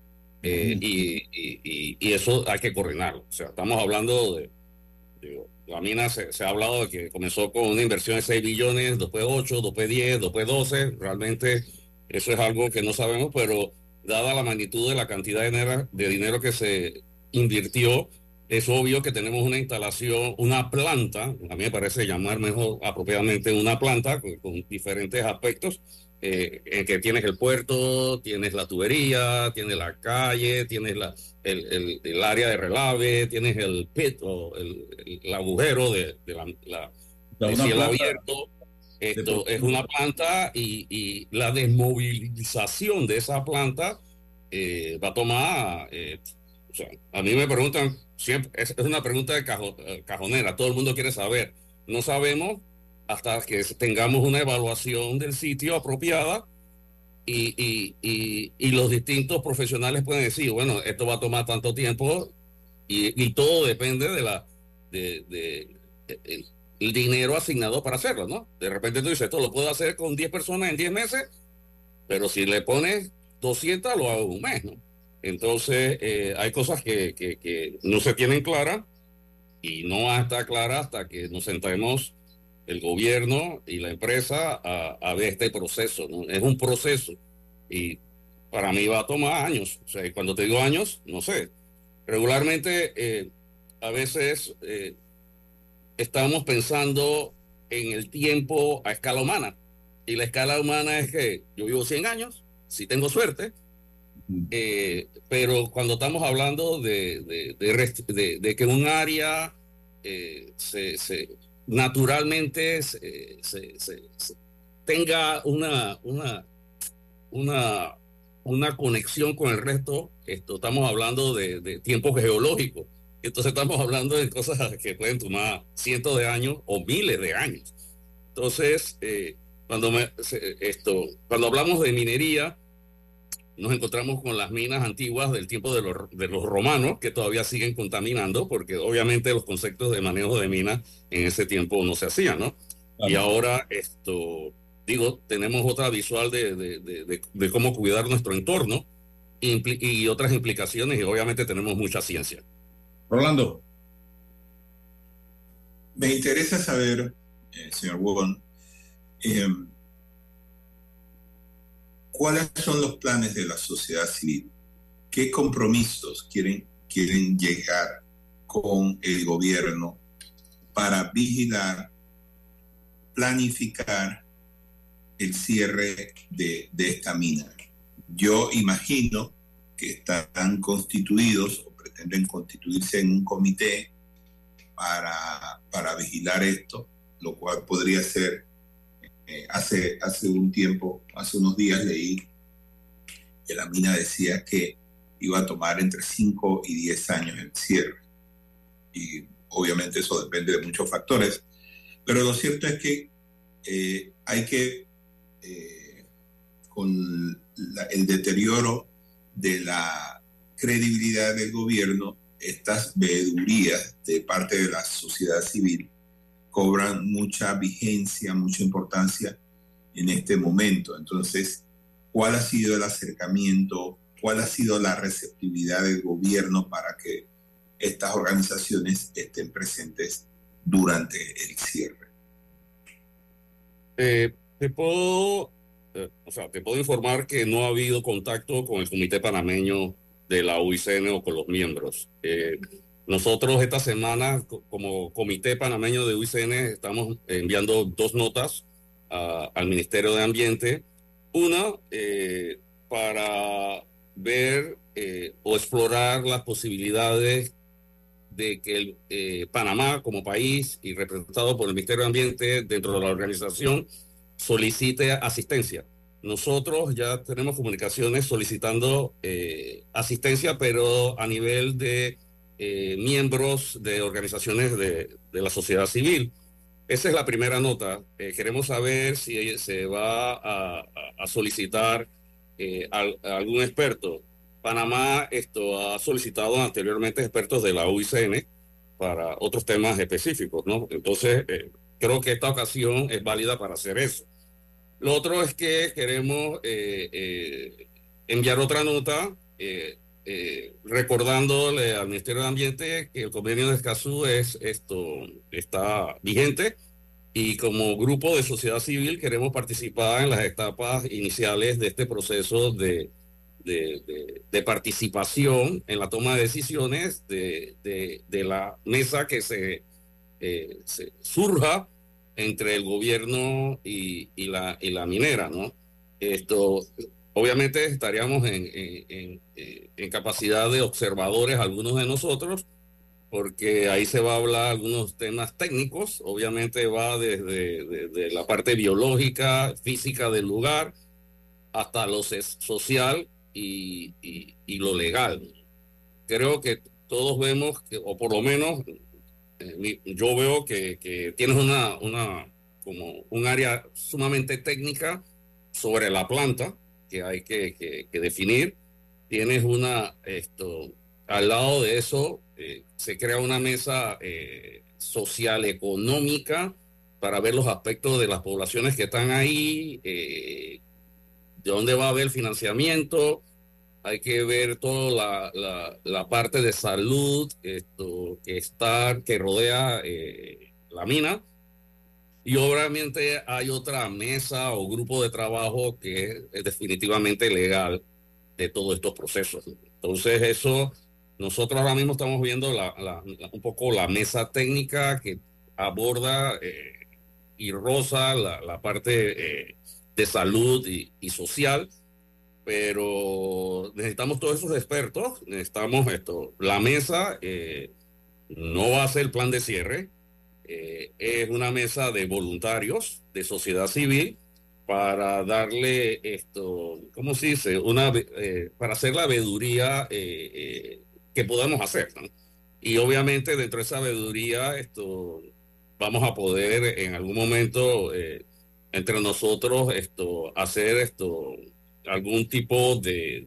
Y eso hay que coordinarlo. O sea, estamos hablando la mina se ha hablado de que comenzó con una inversión de 6 billones, después 8, después 10, después 12. Realmente eso es algo que no sabemos, pero dada la magnitud de la cantidad de dinero que se invirtió, es obvio que tenemos una instalación, una planta, a mí me parece llamar mejor apropiadamente una planta con diferentes aspectos, en que tienes el puerto, tienes la tubería, tienes la calle, tienes el área de relave, tienes el pit o el agujero de cielo abierto. Esto es una planta y la desmovilización de esa planta va a tomar, o sea, a mí me preguntan, siempre es una pregunta de cajonera, todo el mundo quiere saber. No sabemos hasta que tengamos una evaluación del sitio apropiada y los distintos profesionales pueden decir, bueno, esto va a tomar tanto tiempo y todo depende el dinero asignado para hacerlo, ¿no? De repente tú dices, esto lo puedo hacer con 10 personas en 10 meses, pero si le pones 200 lo hago en un mes, ¿no? Entonces hay cosas que no se tienen claras y no van a estar claras hasta que nos sentemos el gobierno y la empresa a ver este proceso, ¿no? Es un proceso y para mí va a tomar años. O sea, cuando te digo años, no sé. Regularmente a veces estamos pensando en el tiempo a escala humana y la escala humana es que yo vivo 100 años, si tengo suerte, pero cuando estamos hablando de que un área naturalmente tenga una conexión con el resto, estamos hablando de tiempos geológicos. Entonces estamos hablando de cosas que pueden tomar cientos de años o miles de años. Entonces, cuando hablamos de minería, nos encontramos con las minas antiguas del tiempo de los romanos, que todavía siguen contaminando, porque obviamente los conceptos de manejo de minas en ese tiempo no se hacían, ¿no? Claro. Y ahora, tenemos otra visual de cómo cuidar nuestro entorno y otras implicaciones, y obviamente tenemos mucha ciencia. Rolando. Me interesa saber, señor Wong, ¿cuáles son los planes de la sociedad civil? ¿Qué compromisos quieren llegar con el gobierno para vigilar, planificar el cierre de esta mina? Yo imagino que están constituidos o pretenden constituirse en un comité para vigilar esto, lo cual podría ser Hace un tiempo, hace unos días leí que la mina decía que iba a tomar entre 5 y 10 años el cierre. Y obviamente eso depende de muchos factores. Pero lo cierto es que hay que, con el deterioro de la credibilidad del gobierno, estas veedurías de parte de la sociedad civil cobran mucha vigencia, mucha importancia en este momento. Entonces, ¿cuál ha sido el acercamiento? ¿Cuál ha sido la receptividad del gobierno para que estas organizaciones estén presentes durante el cierre? Te puedo informar que no ha habido contacto con el Comité Panameño de la UICN o con los miembros. Nosotros esta semana, como Comité Panameño de UICN, estamos enviando 2 notas al Ministerio de Ambiente. Una, para ver o explorar las posibilidades de que Panamá como país y representado por el Ministerio de Ambiente dentro de la organización solicite asistencia. Nosotros ya tenemos comunicaciones solicitando asistencia, pero a nivel de miembros de organizaciones de la sociedad civil. Esa es la primera nota. Queremos saber si se va a solicitar a algún experto. Panamá ha solicitado anteriormente expertos de la UICN para otros temas específicos, ¿no? Entonces, creo que esta ocasión es válida para hacer eso. Lo otro es que queremos enviar otra nota recordándole al Ministerio de Ambiente que el convenio de Escazú está vigente y como grupo de sociedad civil queremos participar en las etapas iniciales de este proceso de participación en la toma de decisiones de la mesa que se surja entre el gobierno y la minera, ¿no? Obviamente estaríamos en capacidad de observadores, algunos de nosotros, porque ahí se va a hablar algunos temas técnicos, obviamente va desde la parte biológica, física del lugar, hasta lo social y lo legal. Creo que todos vemos, o por lo menos yo veo que tienes como un área sumamente técnica sobre la planta que hay que definir. Tienes al lado de eso se crea una mesa social económica para ver los aspectos de las poblaciones que están ahí, de dónde va a haber financiamiento. Hay que ver toda la parte de salud que rodea la mina. Y obviamente hay otra mesa o grupo de trabajo que es definitivamente legal de todos estos procesos. Entonces eso, nosotros ahora mismo estamos viendo un poco la mesa técnica que aborda y roza la parte de salud y social. Pero necesitamos todos esos expertos, necesitamos la mesa no va a ser el plan de cierre, es una mesa de voluntarios, de sociedad civil, para darle ¿cómo se dice? Para hacer la veeduría que podamos hacer, ¿no? Y obviamente dentro de esa veeduría vamos a poder en algún momento entre nosotros hacer algún tipo de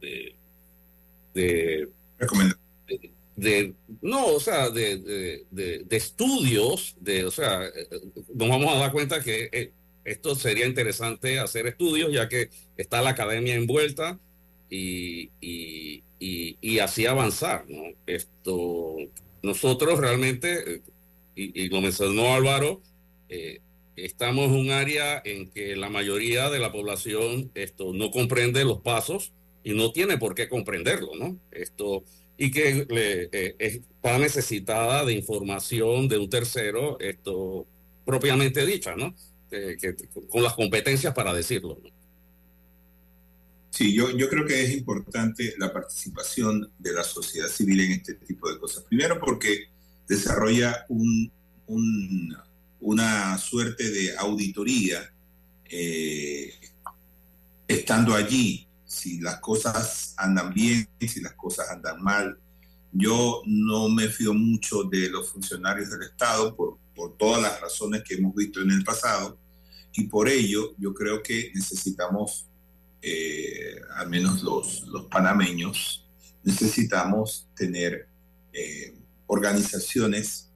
estudios, nos vamos a dar cuenta que esto sería interesante hacer estudios, ya que está la academia envuelta y así avanzar, ¿no? Nosotros realmente, y lo mencionó Álvaro, estamos en un área en que la mayoría de la población no comprende los pasos y no tiene por qué comprenderlo, ¿no? Y que está necesitada de información de un tercero propiamente dicha, ¿no? Con las competencias para decirlo, ¿no? Sí, yo creo que es importante la participación de la sociedad civil en este tipo de cosas. Primero porque desarrolla una suerte de auditoría estando allí, si las cosas andan bien, si las cosas andan mal. Yo no me fío mucho de los funcionarios del Estado por todas las razones que hemos visto en el pasado, y por ello yo creo que necesitamos, al menos los panameños, necesitamos tener organizaciones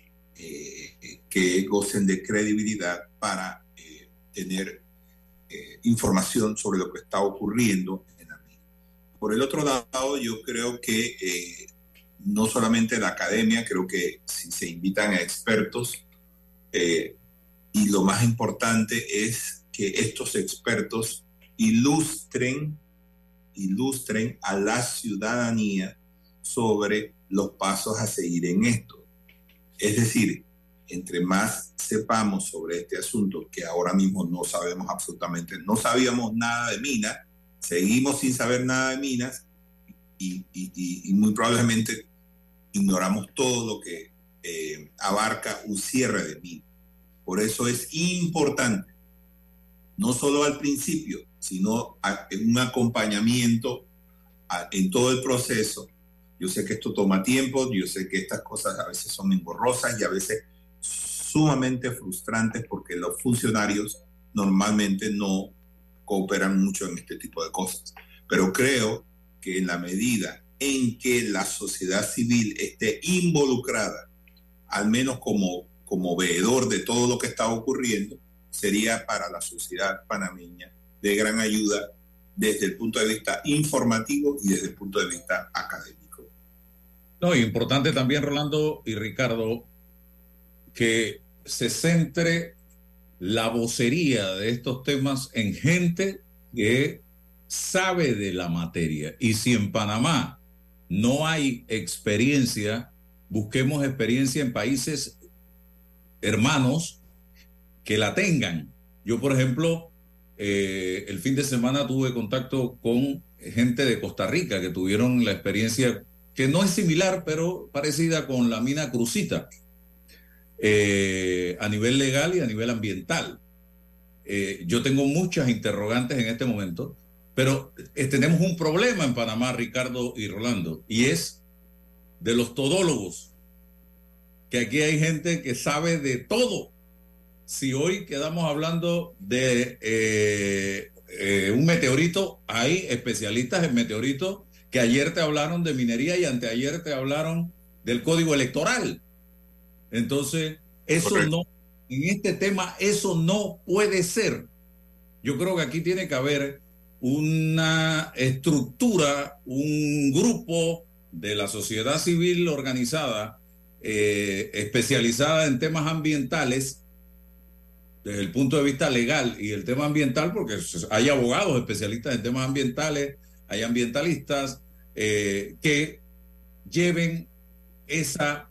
que gocen de credibilidad para tener información sobre lo que está ocurriendo en la mina. Por el otro lado, yo creo que no solamente la academia, creo que si se invitan a expertos, y lo más importante es que estos expertos ilustren a la ciudadanía sobre los pasos a seguir en esto. Es decir, entre más sepamos sobre este asunto, que ahora mismo no sabemos absolutamente, no sabíamos nada de minas, seguimos sin saber nada de minas, y muy probablemente ignoramos todo lo que abarca un cierre de minas. Por eso es importante, no solo al principio, sino en un acompañamiento en todo el proceso. Yo sé que esto toma tiempo, yo sé que estas cosas a veces son engorrosas y a veces sumamente frustrantes, porque los funcionarios normalmente no cooperan mucho en este tipo de cosas. Pero creo que en la medida en que la sociedad civil esté involucrada, al menos como veedor de todo lo que está ocurriendo, sería para la sociedad panameña de gran ayuda desde el punto de vista informativo y desde el punto de vista académico. No, importante también, Rolando y Ricardo, que se centre la vocería de estos temas en gente que sabe de la materia. Y si en Panamá no hay experiencia, busquemos experiencia en países hermanos que la tengan. Yo, por ejemplo, el fin de semana tuve contacto con gente de Costa Rica que tuvieron la experiencia que no es similar, pero parecida con la mina Crucita, a nivel legal y a nivel ambiental. Yo tengo muchas interrogantes en este momento, pero tenemos un problema en Panamá, Ricardo y Rolando, y es de los todólogos, que aquí hay gente que sabe de todo. Si hoy quedamos hablando de un meteorito, hay especialistas en meteoritos que ayer te hablaron de minería y anteayer te hablaron del código electoral. Entonces, eso correcto. No, en este tema, eso no puede ser. Yo creo que aquí tiene que haber una estructura, un grupo de la sociedad civil organizada, especializada en temas ambientales, desde el punto de vista legal y el tema ambiental, porque hay abogados especialistas en temas ambientales, hay ambientalistas que lleven esa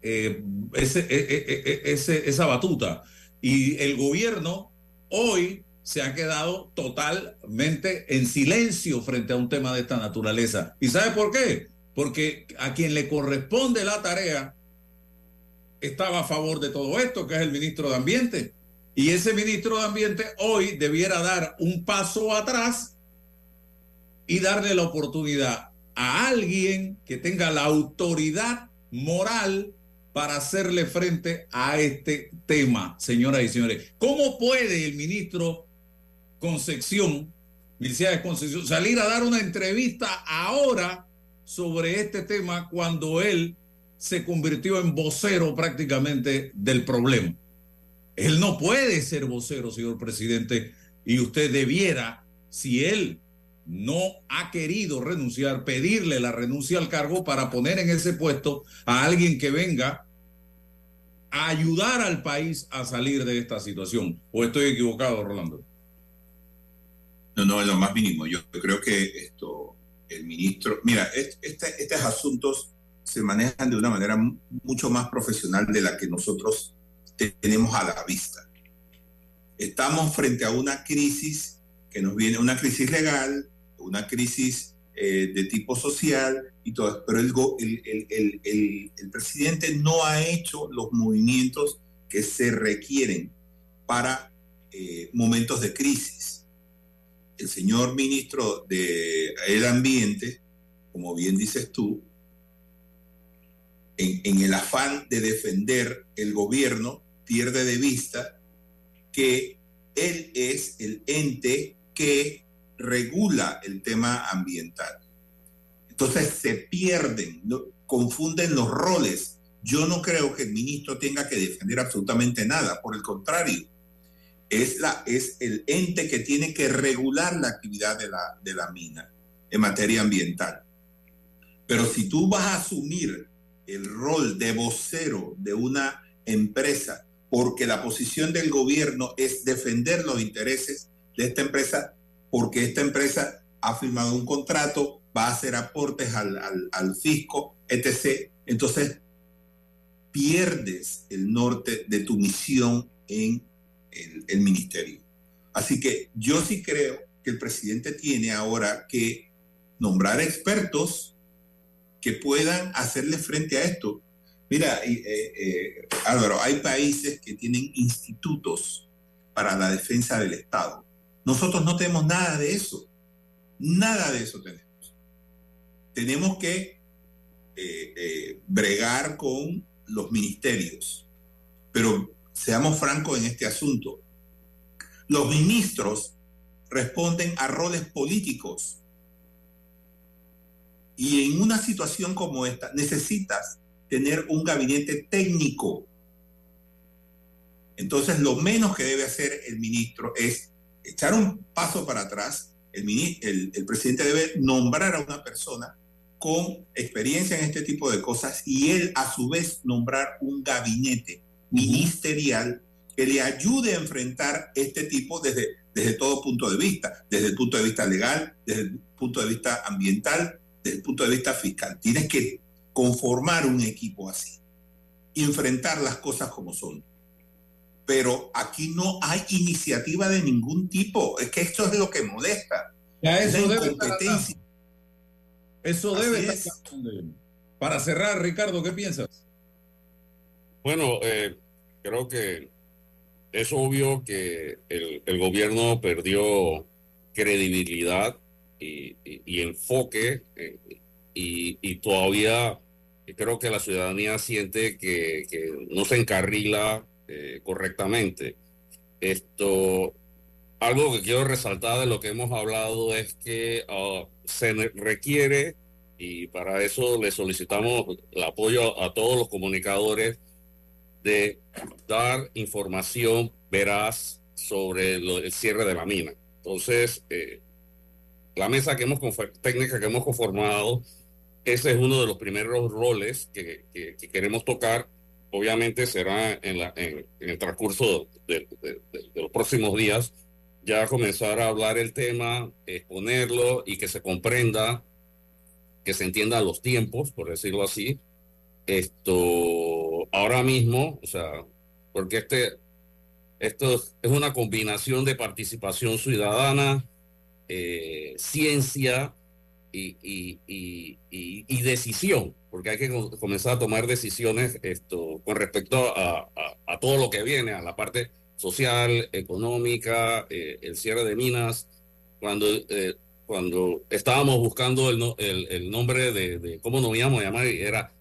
batuta. Y el gobierno hoy se ha quedado totalmente en silencio frente a un tema de esta naturaleza. ¿Y sabe por qué? Porque a quien le corresponde la tarea estaba a favor de todo esto, que es el ministro de Ambiente. Y ese ministro de Ambiente hoy debiera dar un paso atrás y darle la oportunidad a alguien que tenga la autoridad moral para hacerle frente a este tema, señoras y señores. ¿Cómo puede el ministro Concepción, Milciades Concepción, salir a dar una entrevista ahora sobre este tema cuando él se convirtió en vocero prácticamente del problema? Él no puede ser vocero, señor presidente, y usted debiera, si él no ha querido renunciar, pedirle la renuncia al cargo para poner en ese puesto a alguien que venga a ayudar al país a salir de esta situación. ¿O estoy equivocado, Rolando? No, en lo más mínimo. Yo creo que el ministro... Mira, estos asuntos se manejan de una manera mucho más profesional de la que nosotros tenemos a la vista. Estamos frente a una crisis que nos viene, una crisis legal, una crisis de tipo social y todo, pero el presidente no ha hecho los movimientos que se requieren para momentos de crisis. El señor ministro del Ambiente, como bien dices tú, en el afán de defender el gobierno, pierde de vista que él es el ente que regula el tema ambiental. Entonces se pierden, confunden los roles. Yo no creo que el ministro tenga que defender absolutamente nada, por el contrario, es el ente que tiene que regular la actividad de la mina en materia ambiental. Pero si tú vas a asumir el rol de vocero de una empresa, porque la posición del gobierno es defender los intereses de esta empresa, porque esta empresa ha firmado un contrato, va a hacer aportes al fisco, etc. Entonces, pierdes el norte de tu misión en el ministerio. Así que yo sí creo que el presidente tiene ahora que nombrar expertos que puedan hacerle frente a esto. Mira, Álvaro, hay países que tienen institutos para la defensa del Estado. Nosotros no tenemos nada de eso. Nada de eso tenemos. Tenemos que bregar con los ministerios. Pero seamos francos en este asunto. Los ministros responden a roles políticos. Y en una situación como esta, necesitas tener un gabinete técnico. Entonces, lo menos que debe hacer el ministro es echar un paso para atrás. El presidente debe nombrar a una persona con experiencia en este tipo de cosas y él, a su vez, nombrar un gabinete ministerial que le ayude a enfrentar este tipo desde todo punto de vista, desde el punto de vista legal, desde el punto de vista ambiental, desde el punto de vista fiscal. Tienes que conformar un equipo así y enfrentar las cosas como son. Pero aquí no hay iniciativa de ningún tipo. Es que esto es lo que molesta. Ya eso la debe incompetencia. Eso Así debe es. estar. Para cerrar, Ricardo, ¿qué piensas? Bueno, creo que es obvio que el gobierno perdió credibilidad y enfoque y todavía creo que la ciudadanía siente que no se encarrila correctamente. Algo que quiero resaltar de lo que hemos hablado es que se requiere, y para eso le solicitamos el apoyo a todos los comunicadores, de dar información veraz sobre el cierre de la mina. Entonces, la mesa técnica que hemos conformado, ese es uno de los primeros roles que queremos tocar. Obviamente será en el transcurso de los próximos días, ya comenzar a hablar el tema, exponerlo y que se comprenda, que se entiendan los tiempos, por decirlo así. Ahora mismo, o sea, porque esto es una combinación de participación ciudadana, ciencia y decisión, porque hay que comenzar a tomar decisiones con respecto a todo lo que viene, a la parte social, económica, el cierre de minas. Cuando estábamos buscando el nombre de cómo nos íbamos a llamar, era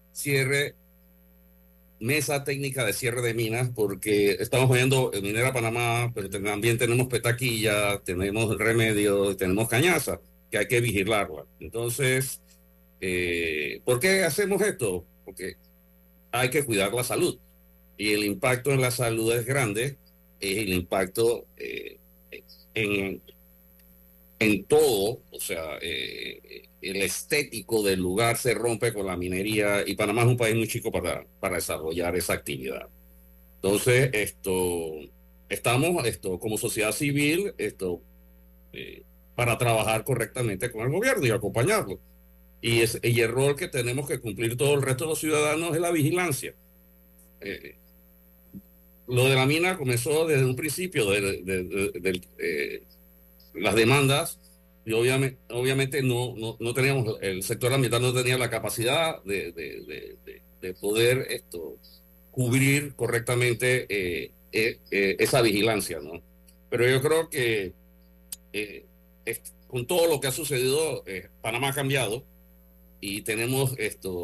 Mesa Técnica de Cierre de Minas, porque estamos viendo Minera Panamá, pero también tenemos Petaquilla, tenemos Remedio, tenemos Cañaza, que hay que vigilarla. Entonces, ¿por qué hacemos esto? Porque hay que cuidar la salud. Y el impacto en la salud es grande, es el impacto en todo, o sea, el estético del lugar se rompe con la minería, y Panamá es un país muy chico para desarrollar esa actividad. Entonces, estamos como sociedad civil para trabajar correctamente con el gobierno y acompañarlo. Y el rol que tenemos que cumplir todo el resto de los ciudadanos es la vigilancia. Lo de la mina comenzó desde un principio las demandas, y obviamente no teníamos, el sector ambiental no tenía la capacidad de poder cubrir correctamente esa vigilancia, ¿no? Pero yo creo que con todo lo que ha sucedido, Panamá ha cambiado y tenemos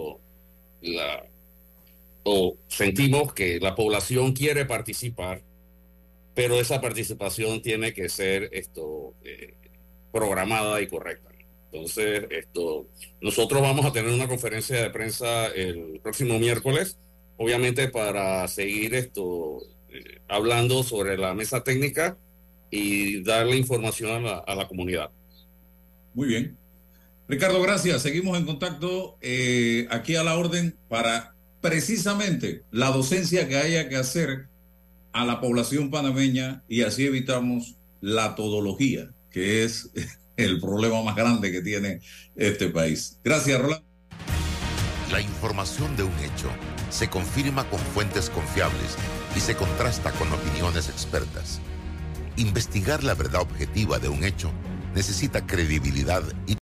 sentimos que la población quiere participar, pero esa participación tiene que ser programada y correcta. Entonces, nosotros vamos a tener una conferencia de prensa el próximo miércoles, obviamente para seguir hablando sobre la mesa técnica y darle información a la comunidad. Muy bien. Ricardo, gracias. Seguimos en contacto aquí a la orden para precisamente la docencia que haya que hacer a la población panameña y así evitamos la todología, que es el problema más grande que tiene este país. Gracias, Rolando. La información de un hecho se confirma con fuentes confiables y se contrasta con opiniones expertas. Investigar la verdad objetiva de un hecho necesita credibilidad y